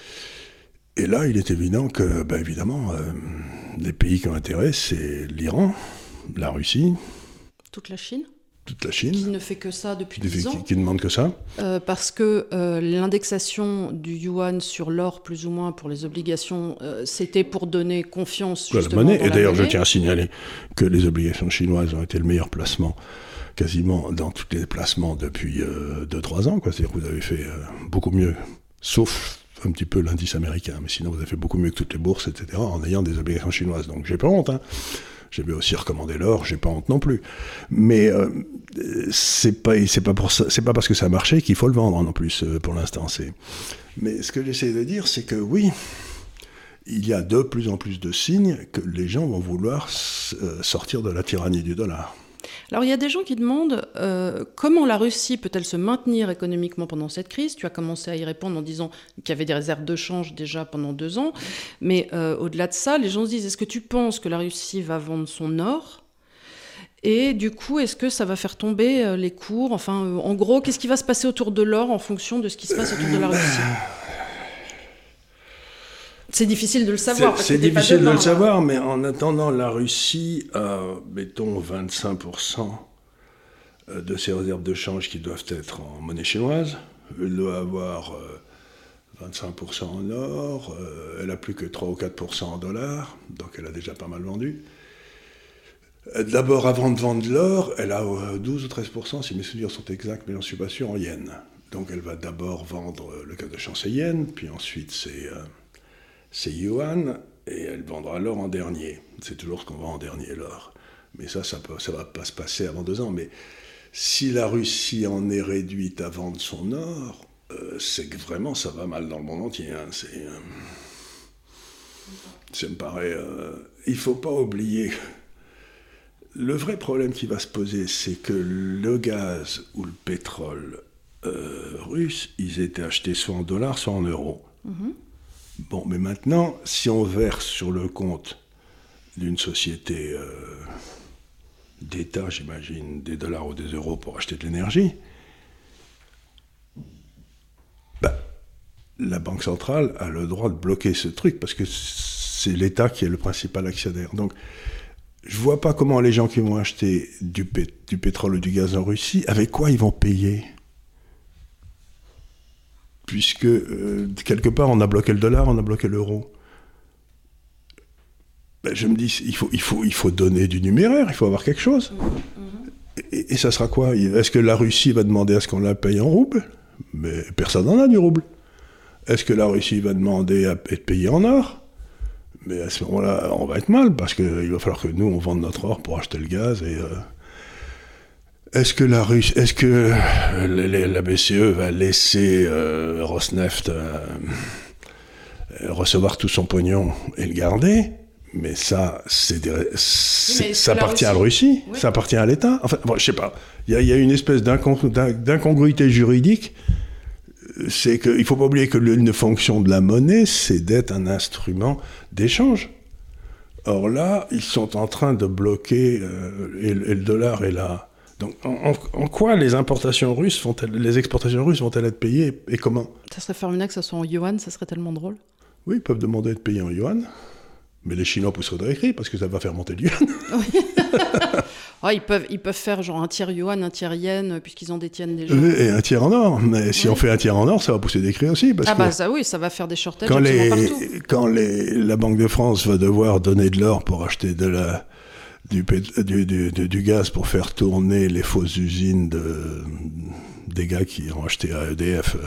Et là, il est évident que, ben évidemment, euh, les pays qui ont intérêt, c'est l'Iran, la Russie... Toute la Chine. Toute la Chine. Qui ne fait que ça depuis dix ans. Qui, qui ne demande que ça. Euh, parce que euh, l'indexation du yuan sur l'or, plus ou moins, pour les obligations, euh, c'était pour donner confiance justement la monnaie. Dans Et la d'ailleurs, monnaie. je tiens à signaler que les obligations chinoises ont été le meilleur placement, quasiment dans tous les placements depuis euh, deux à trois ans. Quoi. C'est-à-dire que vous avez fait euh, beaucoup mieux, sauf un petit peu l'indice américain. Mais sinon, vous avez fait beaucoup mieux que toutes les bourses, et cetera, en ayant des obligations chinoises. Donc, j'ai pas honte, hein. J'ai aussi recommandé l'or, j'ai pas honte non plus. Mais euh, c'est pas, c'est pas pour ça, c'est pas parce que ça a marché qu'il faut le vendre non plus euh, pour l'instant. C'est... Mais ce que j'essaie de dire, c'est que oui, il y a de plus en plus de signes que les gens vont vouloir euh, sortir de la tyrannie du dollar. Alors il y a des gens qui demandent euh, comment la Russie peut-elle se maintenir économiquement pendant cette crise. Tu as commencé à y répondre en disant qu'il y avait des réserves de change déjà pendant deux ans. Mais euh, au-delà de ça, les gens se disent, est-ce que tu penses que la Russie va vendre son or ? Et du coup, est-ce que ça va faire tomber euh, les cours ? Enfin, euh, en gros, qu'est-ce qui va se passer autour de l'or en fonction de ce qui se passe autour de la Russie ? C'est difficile de le savoir. C'est, c'est difficile de, demain, de le savoir, mais en attendant, la Russie a, mettons, vingt-cinq pour cent de ses réserves de change qui doivent être en monnaie chinoise. Elle doit avoir vingt-cinq pour cent en or, euh, elle a plus que trois ou quatre pour cent en dollars, donc elle a déjà pas mal vendu. D'abord, avant de vendre l'or, elle a douze ou treize pour cent, si mes souvenirs sont exacts, mais j'en suis pas sûr, en yens. Donc elle va d'abord vendre le cas de chance, c'est yen, puis ensuite c'est, euh, c'est yuan, et elle vendra l'or en dernier. C'est toujours ce qu'on vend en dernier, l'or. Mais ça, ça ne va pas se passer avant deux ans. Mais si la Russie en est réduite à vendre son or, euh, c'est que vraiment ça va mal dans le monde entier. Hein. C'est, euh, ça me paraît... Euh, il ne faut pas oublier... Le vrai problème qui va se poser, c'est que le gaz ou le pétrole euh, russe, ils étaient achetés soit en dollars, soit en euros. Mm-hmm. Bon, mais maintenant, si on verse sur le compte d'une société euh, d'État, j'imagine, des dollars ou des euros pour acheter de l'énergie, bah, la Banque centrale a le droit de bloquer ce truc, parce que c'est l'État qui est le principal actionnaire. Donc, je ne vois pas comment les gens qui vont acheter du, pét- du pétrole ou du gaz en Russie, avec quoi ils vont payer. Puisque, euh, quelque part, on a bloqué le dollar, on a bloqué l'euro. Ben, je me dis, il faut, il, faut, il faut donner du numéraire, il faut avoir quelque chose. Mmh. Et, et ça sera quoi ? Est-ce que la Russie va demander à ce qu'on la paye en rouble ? Mais personne n'en a du rouble. Est-ce que la Russie va demander à être payée en or ? Mais à ce moment-là, on va être mal, parce qu'il va falloir que nous, on vende notre or pour acheter le gaz. Et, euh, est-ce que la Russie, est-ce que la B C E va laisser euh, Rosneft euh, recevoir tout son pognon et le garder ? Mais ça, c'est des, c'est, oui, ça appartient Russie... à la Russie, oui. Ça appartient à l'État. Enfin, bon, je sais pas. Il y, y a une espèce d'incongru- d'incongruité juridique. C'est qu'il ne faut pas oublier que l'une des fonctions de la monnaie, c'est d'être un instrument d'échange. Or là, ils sont en train de bloquer, euh, et, et le dollar est là. Donc en, en quoi les importations russes vont-elles, les exportations russes vont-elles être payées, et comment ? Ça serait formidable que ça soit en yuan, ça serait tellement drôle. Oui, ils peuvent demander à être payés en yuan, mais les Chinois pousseraient de récrit, parce que ça va faire monter le yuan. Oui. Oh, ils, peuvent, ils peuvent faire genre un tiers yuan, un tiers yen, puisqu'ils en détiennent déjà. Oui, et un tiers en or. Mais si oui. on fait un tiers en or, ça va pousser des cris aussi. Parce ah que bah ça oui, ça va faire des shortages quand les, partout. Quand les, la Banque de France va devoir donner de l'or pour acheter de la, du, du, du, du, du gaz pour faire tourner les fausses usines de, des gars qui ont acheté à E D F...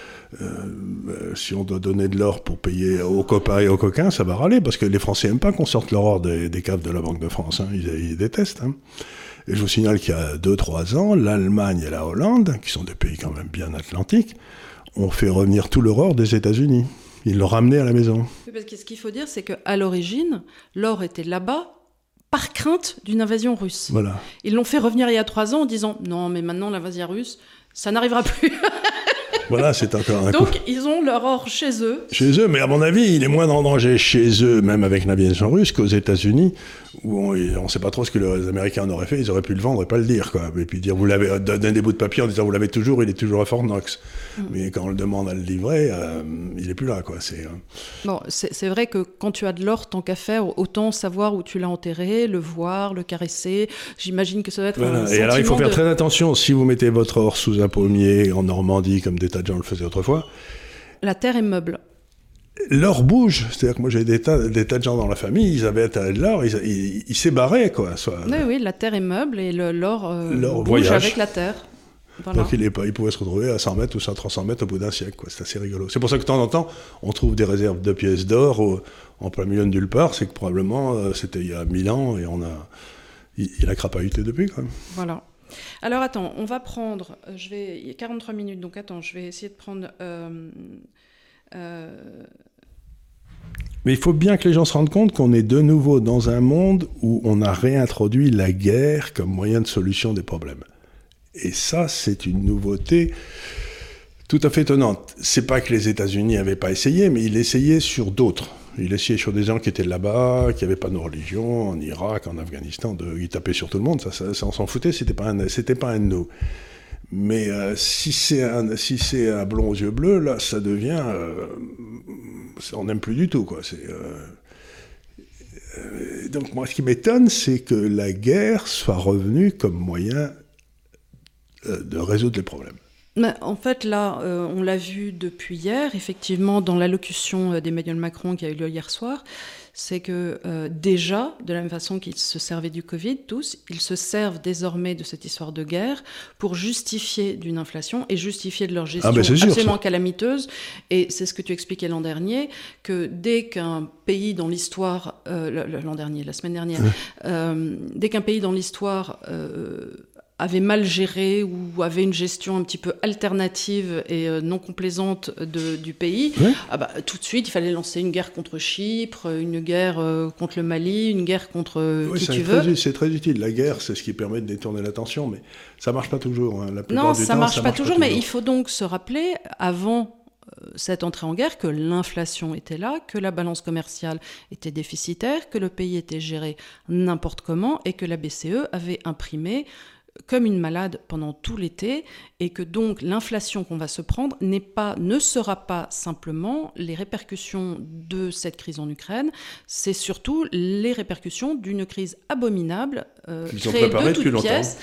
Euh, si on doit donner de l'or pour payer aux copains et aux coquins, ça va râler, parce que les Français n'aiment pas qu'on sorte leur or des, des caves de la Banque de France, hein. ils, ils détestent. Hein. Et je vous signale qu'il y a deux trois ans, l'Allemagne et la Hollande, qui sont des pays quand même bien atlantiques, ont fait revenir tout leur or des États-Unis. Ils l'ont ramené à la maison. Oui, parce que ce qu'il faut dire, c'est qu'à l'origine, l'or était là-bas par crainte d'une invasion russe. Voilà. Ils l'ont fait revenir il y a trois ans en disant « Non, mais maintenant l'invasion russe, ça n'arrivera plus ». Voilà, c'est encore un Donc, coup. ils ont leur or chez eux. Chez eux, mais à mon avis, il est moins en danger chez eux, même avec l'invasion russe, qu'aux États-Unis, où on ne sait pas trop ce que les Américains en auraient fait. Ils auraient pu le vendre et pas le dire, quoi. Et puis dire, vous l'avez, donner des bouts de papier en disant, vous l'avez toujours, il est toujours à Fort Knox. Mm. Mais quand on le demande à le livrer, euh, il n'est plus là, quoi. C'est, euh... Bon, c'est, c'est vrai que quand tu as de l'or, tant qu'à faire, autant savoir où tu l'as enterré, le voir, le caresser. J'imagine que ça va être voilà. un Et alors, il faut faire de... très attention. Si vous mettez votre or sous un pommier en Normandie, comme des tas de gens le faisaient autrefois, la terre est meuble. L'or bouge, c'est-à-dire que moi j'ai des tas, des tas de gens dans la famille, ils avaient de l'or, ils, ils, ils s'ébarraient, quoi. Soit, oui, oui, la terre est meuble et le, l'or, euh, l'or bouge voyage. Avec la terre. Voilà. Donc il, est pas, il pouvait se retrouver à cent mètres ou trois cents mètres au bout d'un siècle, quoi. C'est assez rigolo. C'est pour ça que de temps en temps, on trouve des réserves de pièces d'or au, en plein milieu de nulle part, c'est que probablement euh, c'était il y a mille ans et on a, il, il a crapahuté depuis, quoi. Voilà. Alors attends, on va prendre, je vais, il y a quarante-trois minutes, donc attends, je vais essayer de prendre... Euh, euh... Mais il faut bien que les gens se rendent compte qu'on est de nouveau dans un monde où on a réintroduit la guerre comme moyen de solution des problèmes. Et ça, c'est une nouveauté tout à fait étonnante. C'est pas que les États-Unis n'avaient pas essayé, mais ils essayaient sur d'autres. Il essayait sur des gens qui étaient là-bas, qui n'avaient pas nos religions, en Irak, en Afghanistan, de, ils tapaient sur tout le monde, ça, ça, ça on s'en foutait, c'était pas un, c'était pas un de nous. Mais euh, si c'est un, si c'est un blond aux yeux bleus, là, ça devient, euh, on n'aime plus du tout, quoi. C'est, euh, euh, donc moi, ce qui m'étonne, c'est que la guerre soit revenue comme moyen euh, de résoudre les problèmes. Mais en fait, là, euh, on l'a vu depuis hier, effectivement, dans l'allocution d'Emmanuel Macron qui a eu lieu hier soir, c'est que euh, déjà, de la même façon qu'ils se servaient du Covid, tous, ils se servent désormais de cette histoire de guerre pour justifier d'une inflation et justifier de leur gestion ah ben c'est sûr, absolument ça. calamiteuse. Et c'est ce que tu expliquais l'an dernier, que dès qu'un pays dans l'histoire, euh, l'an dernier, la semaine dernière, ouais. euh, dès qu'un pays dans l'histoire... Euh, avait mal géré ou avait une gestion un petit peu alternative et euh, non complaisante de, du pays, ouais. ah bah, tout de suite, il fallait lancer une guerre contre Chypre, une guerre euh, contre le Mali, une guerre contre euh, oui, qui tu très, veux. C'est très utile. La guerre, c'est ce qui permet de détourner l'attention, mais ça ne marche pas toujours. Hein. La plupart Non, du ça temps, marche ça pas marche toujours, pas mais toujours. il faut donc se rappeler, avant euh, cette entrée en guerre, que l'inflation était là, que la balance commerciale était déficitaire, que le pays était géré n'importe comment et que la B C E avait imprimé comme une malade pendant tout l'été, et que donc l'inflation qu'on va se prendre n'est pas, ne sera pas simplement les répercussions de cette crise en Ukraine, c'est surtout les répercussions d'une crise abominable euh, créée de toutes pièces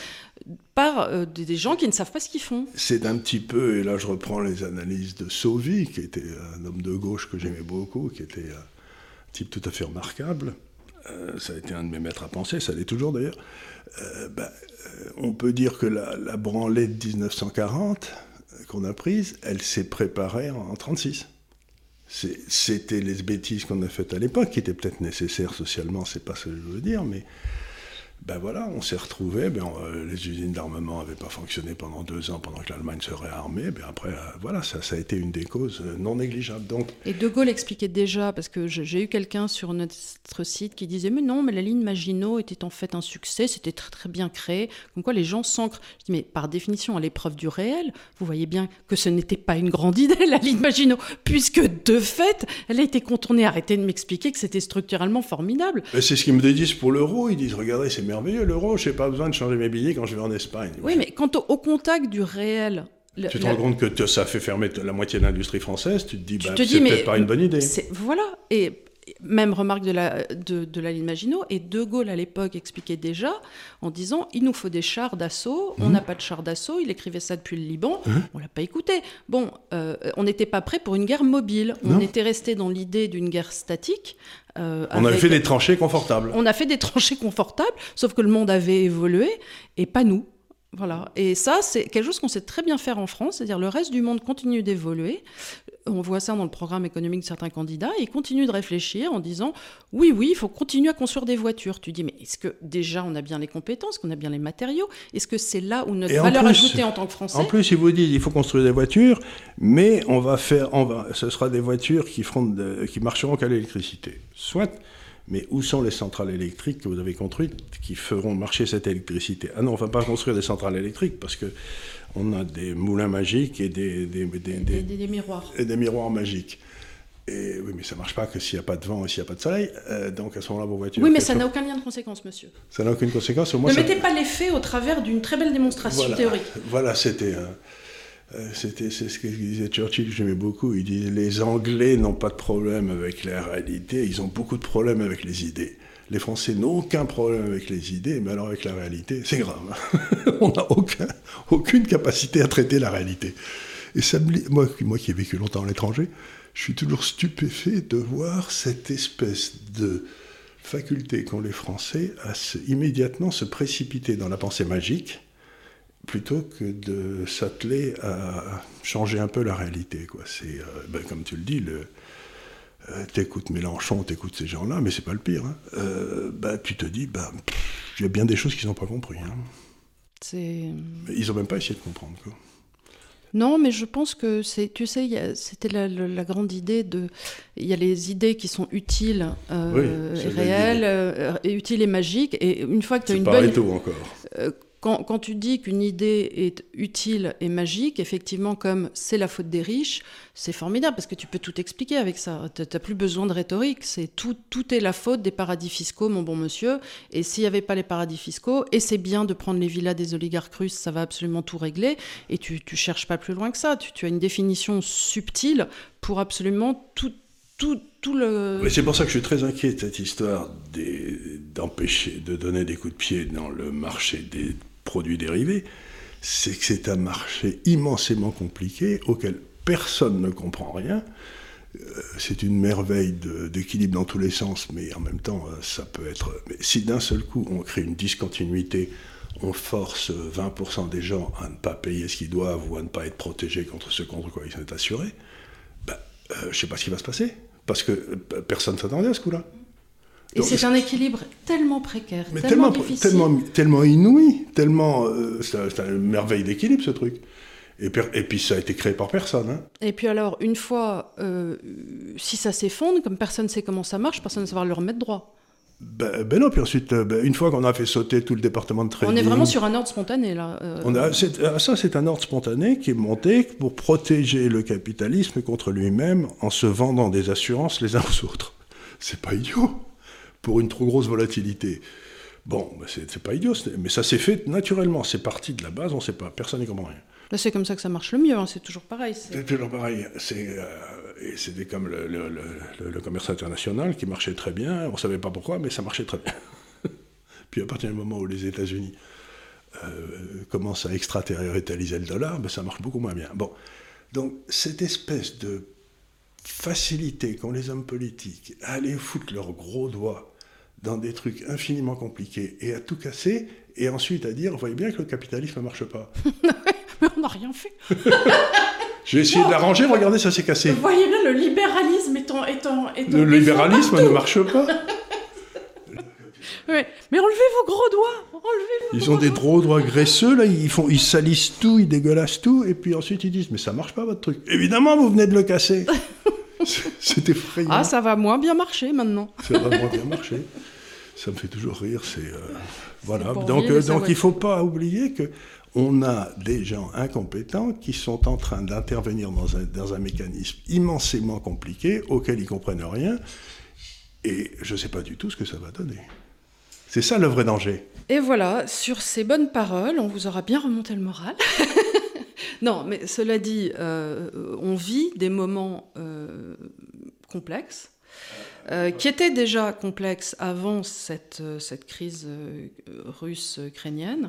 par euh, des gens qui ne savent pas ce qu'ils font. C'est un petit peu, et là je reprends les analyses de Sauvy, qui était un homme de gauche que j'aimais beaucoup, qui était un type tout à fait remarquable. Euh, ça a été un de mes maîtres à penser, ça l'est toujours d'ailleurs. Euh, ben, euh, on peut dire que la, la branlée de dix-neuf cent quarante euh, qu'on a prise, elle s'est préparée en, en trente-six. C'est, c'était les bêtises qu'on a faites à l'époque, qui étaient peut-être nécessaires socialement, c'est pas ce que je veux dire, mais ben voilà, on s'est retrouvés, ben on, euh, les usines d'armement n'avaient pas fonctionné pendant deux ans, pendant que l'Allemagne se réarmait, ben après, euh, voilà, ça, ça a été une des causes euh, non négligeables. Donc... Et De Gaulle expliquait déjà, parce que je, j'ai eu quelqu'un sur notre site qui disait « Mais non, mais la ligne Maginot était en fait un succès, c'était très très bien créé. » Comme quoi les gens s'ancrent. Je dis « Mais par définition, à l'épreuve du réel, vous voyez bien que ce n'était pas une grande idée, la ligne Maginot, puisque de fait, elle a été contournée. Arrêtez de m'expliquer que c'était structurellement formidable. » Ben c'est ce qu'ils me disent pour l'euro, ils disent « Regardez, c'est merveilleux l'euro, je n'ai pas besoin de changer mes billets quand je vais en Espagne. » Oui, mais quant au, au contact du réel... Le, tu te rends la... compte que te, ça fait fermer la moitié de l'industrie française, tu te dis, tu bah, te c'est dis, peut-être pas une bonne idée. Voilà, et même remarque de la, de, de la ligne Maginot, et De Gaulle à l'époque expliquait déjà en disant, il nous faut des chars d'assaut, mmh. on n'a pas de chars d'assaut, il écrivait ça depuis le Liban, mmh. on l'a pas écouté. Bon, euh, on n'était pas prêt pour une guerre mobile, non. on était resté dans l'idée d'une guerre statique. Euh, on avait fait des tranchées confortables. On a fait des tranchées confortables, sauf que le monde avait évolué, et pas nous. Voilà. Et ça, c'est quelque chose qu'on sait très bien faire en France, c'est-à-dire le reste du monde continue d'évoluer. On voit ça dans le programme économique de certains candidats, et ils continuent de réfléchir en disant « Oui, oui, il faut continuer à construire des voitures. » Tu dis « Mais est-ce que déjà on a bien les compétences, qu'on a bien les matériaux ? Est-ce que c'est là où notre valeur plus, ajoutée en tant que Français ?» En plus, ils vous disent « Il faut construire des voitures, mais on va faire, on va, ce sera des voitures qui, feront de, qui marcheront qu'à l'électricité. » Soit... Mais où sont les centrales électriques que vous avez construites qui feront marcher cette électricité ? Ah non, on ne va pas construire des centrales électriques parce qu'on a des moulins magiques et des, des, des, des, des, des, des miroirs. Et des miroirs magiques. Et oui, mais ça ne marche pas que s'il n'y a pas de vent et s'il n'y a pas de soleil. Euh, donc à ce moment-là, vos voitures... Oui, mais ça n'a aucun lien de conséquence, monsieur. Ça n'a aucune conséquence. Au moins, ne ça... mettez pas les faits au travers d'une très belle démonstration voilà, théorique. Voilà, c'était... Euh... C'était, c'est ce que disait Churchill, que j'aimais beaucoup. Il disait « Les Anglais n'ont pas de problème avec la réalité, ils ont beaucoup de problèmes avec les idées. Les Français n'ont aucun problème avec les idées, mais alors avec la réalité, c'est grave. On n'a aucun, aucune capacité à traiter la réalité. » Et ça me, moi, moi qui ai vécu longtemps à l'étranger, je suis toujours stupéfait de voir cette espèce de faculté qu'ont les Français à se, immédiatement se précipiter dans la pensée magique, plutôt que de s'atteler à changer un peu la réalité, quoi. C'est, euh, ben, comme tu le dis, le, euh, t'écoutes Mélenchon, t'écoutes ces gens-là, mais c'est pas le pire. Hein. Euh, ben, tu te dis, ben, il y a bien des choses qu'ils n'ont pas compris. Hein. C'est... Mais ils n'ont même pas essayé de comprendre, quoi. Non, mais je pense que c'est, tu sais, y a, c'était la, la, la grande idée de, il y a les idées qui sont utiles, euh, oui, et réelles, euh, et utiles et magiques, et une fois que tu as une bonne... C'est Pareto encore. Euh, Quand, quand tu dis qu'une idée est utile et magique, effectivement, comme c'est la faute des riches, c'est formidable parce que tu peux tout expliquer avec ça. Tu n'as plus besoin de rhétorique. C'est tout, tout est la faute des paradis fiscaux, mon bon monsieur. Et s'il n'y avait pas les paradis fiscaux, et c'est bien de prendre les villas des oligarques russes, ça va absolument tout régler. Et tu ne cherches pas plus loin que ça. Tu, tu as une définition subtile pour absolument tout. Tout, tout le... Mais c'est pour ça que je suis très inquiet de cette histoire des, d'empêcher de donner des coups de pied dans le marché des produits dérivés. c'est que c'est un marché immensément compliqué auquel personne ne comprend rien. C'est une merveille de, d'équilibre dans tous les sens, mais en même temps, ça peut être... Mais si d'un seul coup, on crée une discontinuité, on force vingt pour cent des gens à ne pas payer ce qu'ils doivent ou à ne pas être protégés contre ce contre quoi ils sont assurés, ben, euh, je ne sais pas ce qui va se passer, parce que euh, personne ne s'attendait à ce coup-là. Et donc, c'est un équilibre tellement précaire, mais tellement, tellement difficile. Tellement, tellement inouï, tellement... Euh, c'est, c'est une merveille d'équilibre, ce truc. Et puis, et puis ça a été créé par personne. Hein. Et puis alors, une fois, euh, si ça s'effondre, comme personne ne sait comment ça marche, personne ne saura le remettre droit. Ben, ben non, puis ensuite, ben, une fois qu'on a fait sauter tout le département de trading... On est vraiment sur un ordre spontané, là. Euh... On a, c'est, ça, c'est un ordre spontané qui est monté pour protéger le capitalisme contre lui-même en se vendant des assurances les uns aux autres. C'est pas idiot, pour une trop grosse volatilité. Bon, ben c'est, c'est pas idiot, c'est, mais ça s'est fait naturellement. C'est parti de la base, on sait pas, personne n'y comprend rien. Là, c'est comme ça que ça marche le mieux, hein, c'est toujours pareil. C'est, c'est toujours pareil. C'est, euh, et c'était comme le, le, le, le commerce international qui marchait très bien. On ne savait pas pourquoi, mais ça marchait très bien. Puis à partir du moment où les États-Unis euh, commencent à extraterritorialiser le dollar, ben ça marche beaucoup moins bien. Bon, donc cette espèce de facilité qu'ont les hommes politiques à aller foutre leurs gros doigts dans des trucs infiniment compliqués et à tout casser, et ensuite à dire, vous voyez bien que le capitalisme ne marche pas. Mais on n'a rien fait. J'ai essayé bon, de l'arranger, regardez, ça s'est cassé. Vous voyez bien, le libéralisme étant... étant, étant le libéralisme ne marche pas. Ouais. Mais enlevez vos gros doigts, enlevez vos Ils gros ont des doigts. gros doigts graisseux, là, ils, font, ils salissent tout, ils dégueulassent tout, et puis ensuite ils disent, mais ça marche pas votre truc. Évidemment, vous venez de le casser. C'est effrayant. Ah, ça va moins bien marcher maintenant. Ça va moins bien marcher. Ça me fait toujours rire, c'est... Euh, voilà, c'est donc, euh, donc il ne faut pas oublier que on a des gens incompétents qui sont en train d'intervenir dans un, dans un mécanisme immensément compliqué, auquel ils ne comprennent rien, et je ne sais pas du tout ce que ça va donner. C'est ça le vrai danger. Et voilà, sur ces bonnes paroles, on vous aura bien remonté le moral. Non, mais cela dit, euh, on vit des moments euh, complexes, euh, qui étaient déjà complexes avant cette, cette crise euh, russe-ukrainienne.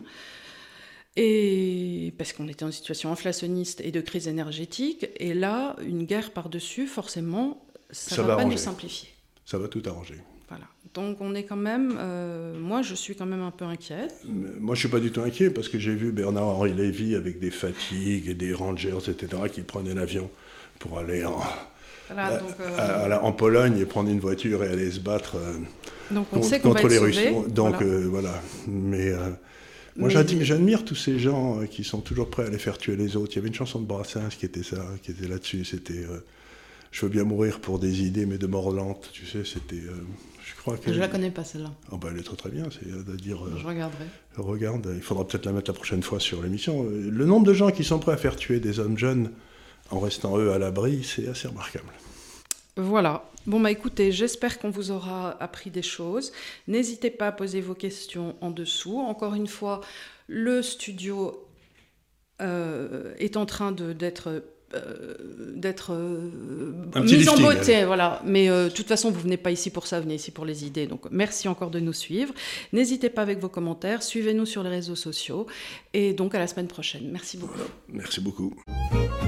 Et parce qu'on était en situation inflationniste et de crise énergétique, et là, une guerre par-dessus, forcément, ça, ça va, va pas arranger. nous simplifier. Ça va tout arranger. Voilà. Donc on est quand même, euh, moi je suis quand même un peu inquiète. Moi je suis pas du tout inquiet parce que j'ai vu Bernard-Henri Lévy avec des fatigues et des rangers, et cetera, qui prenaient l'avion pour aller en, voilà, à, donc, euh... à, à, en Pologne et prendre une voiture et aller se battre euh, donc on contre, sait qu'on contre va les être Russes. sauvé, Donc voilà. Euh, voilà. Mais euh, moi Mais... j'admire, j'admire tous ces gens euh, qui sont toujours prêts à aller faire tuer les autres. Il y avait une chanson de Brassens qui était ça, qui était là-dessus. C'était euh, je veux bien mourir pour des idées, mais de mort lente. Tu sais, c'était. Euh, je crois que. Je la connais pas celle-là. Oh bah elle est très très bien. C'est de dire. Euh, je regarderai. Regarde, il faudra peut-être la mettre la prochaine fois sur l'émission. Le nombre de gens qui sont prêts à faire tuer des hommes jeunes en restant eux à l'abri, c'est assez remarquable. Voilà. Bon, bah écoutez, j'espère qu'on vous aura appris des choses. N'hésitez pas à poser vos questions en dessous. Encore une fois, le studio euh, est en train de, d'être... Euh, d'être euh, mise en beauté, allez. Voilà. Mais euh, de toute façon, vous venez pas ici pour ça, vous venez ici pour les idées. Donc, merci encore de nous suivre. N'hésitez pas avec vos commentaires, suivez-nous sur les réseaux sociaux. Et donc, à la semaine prochaine. Merci beaucoup. Voilà. Merci beaucoup.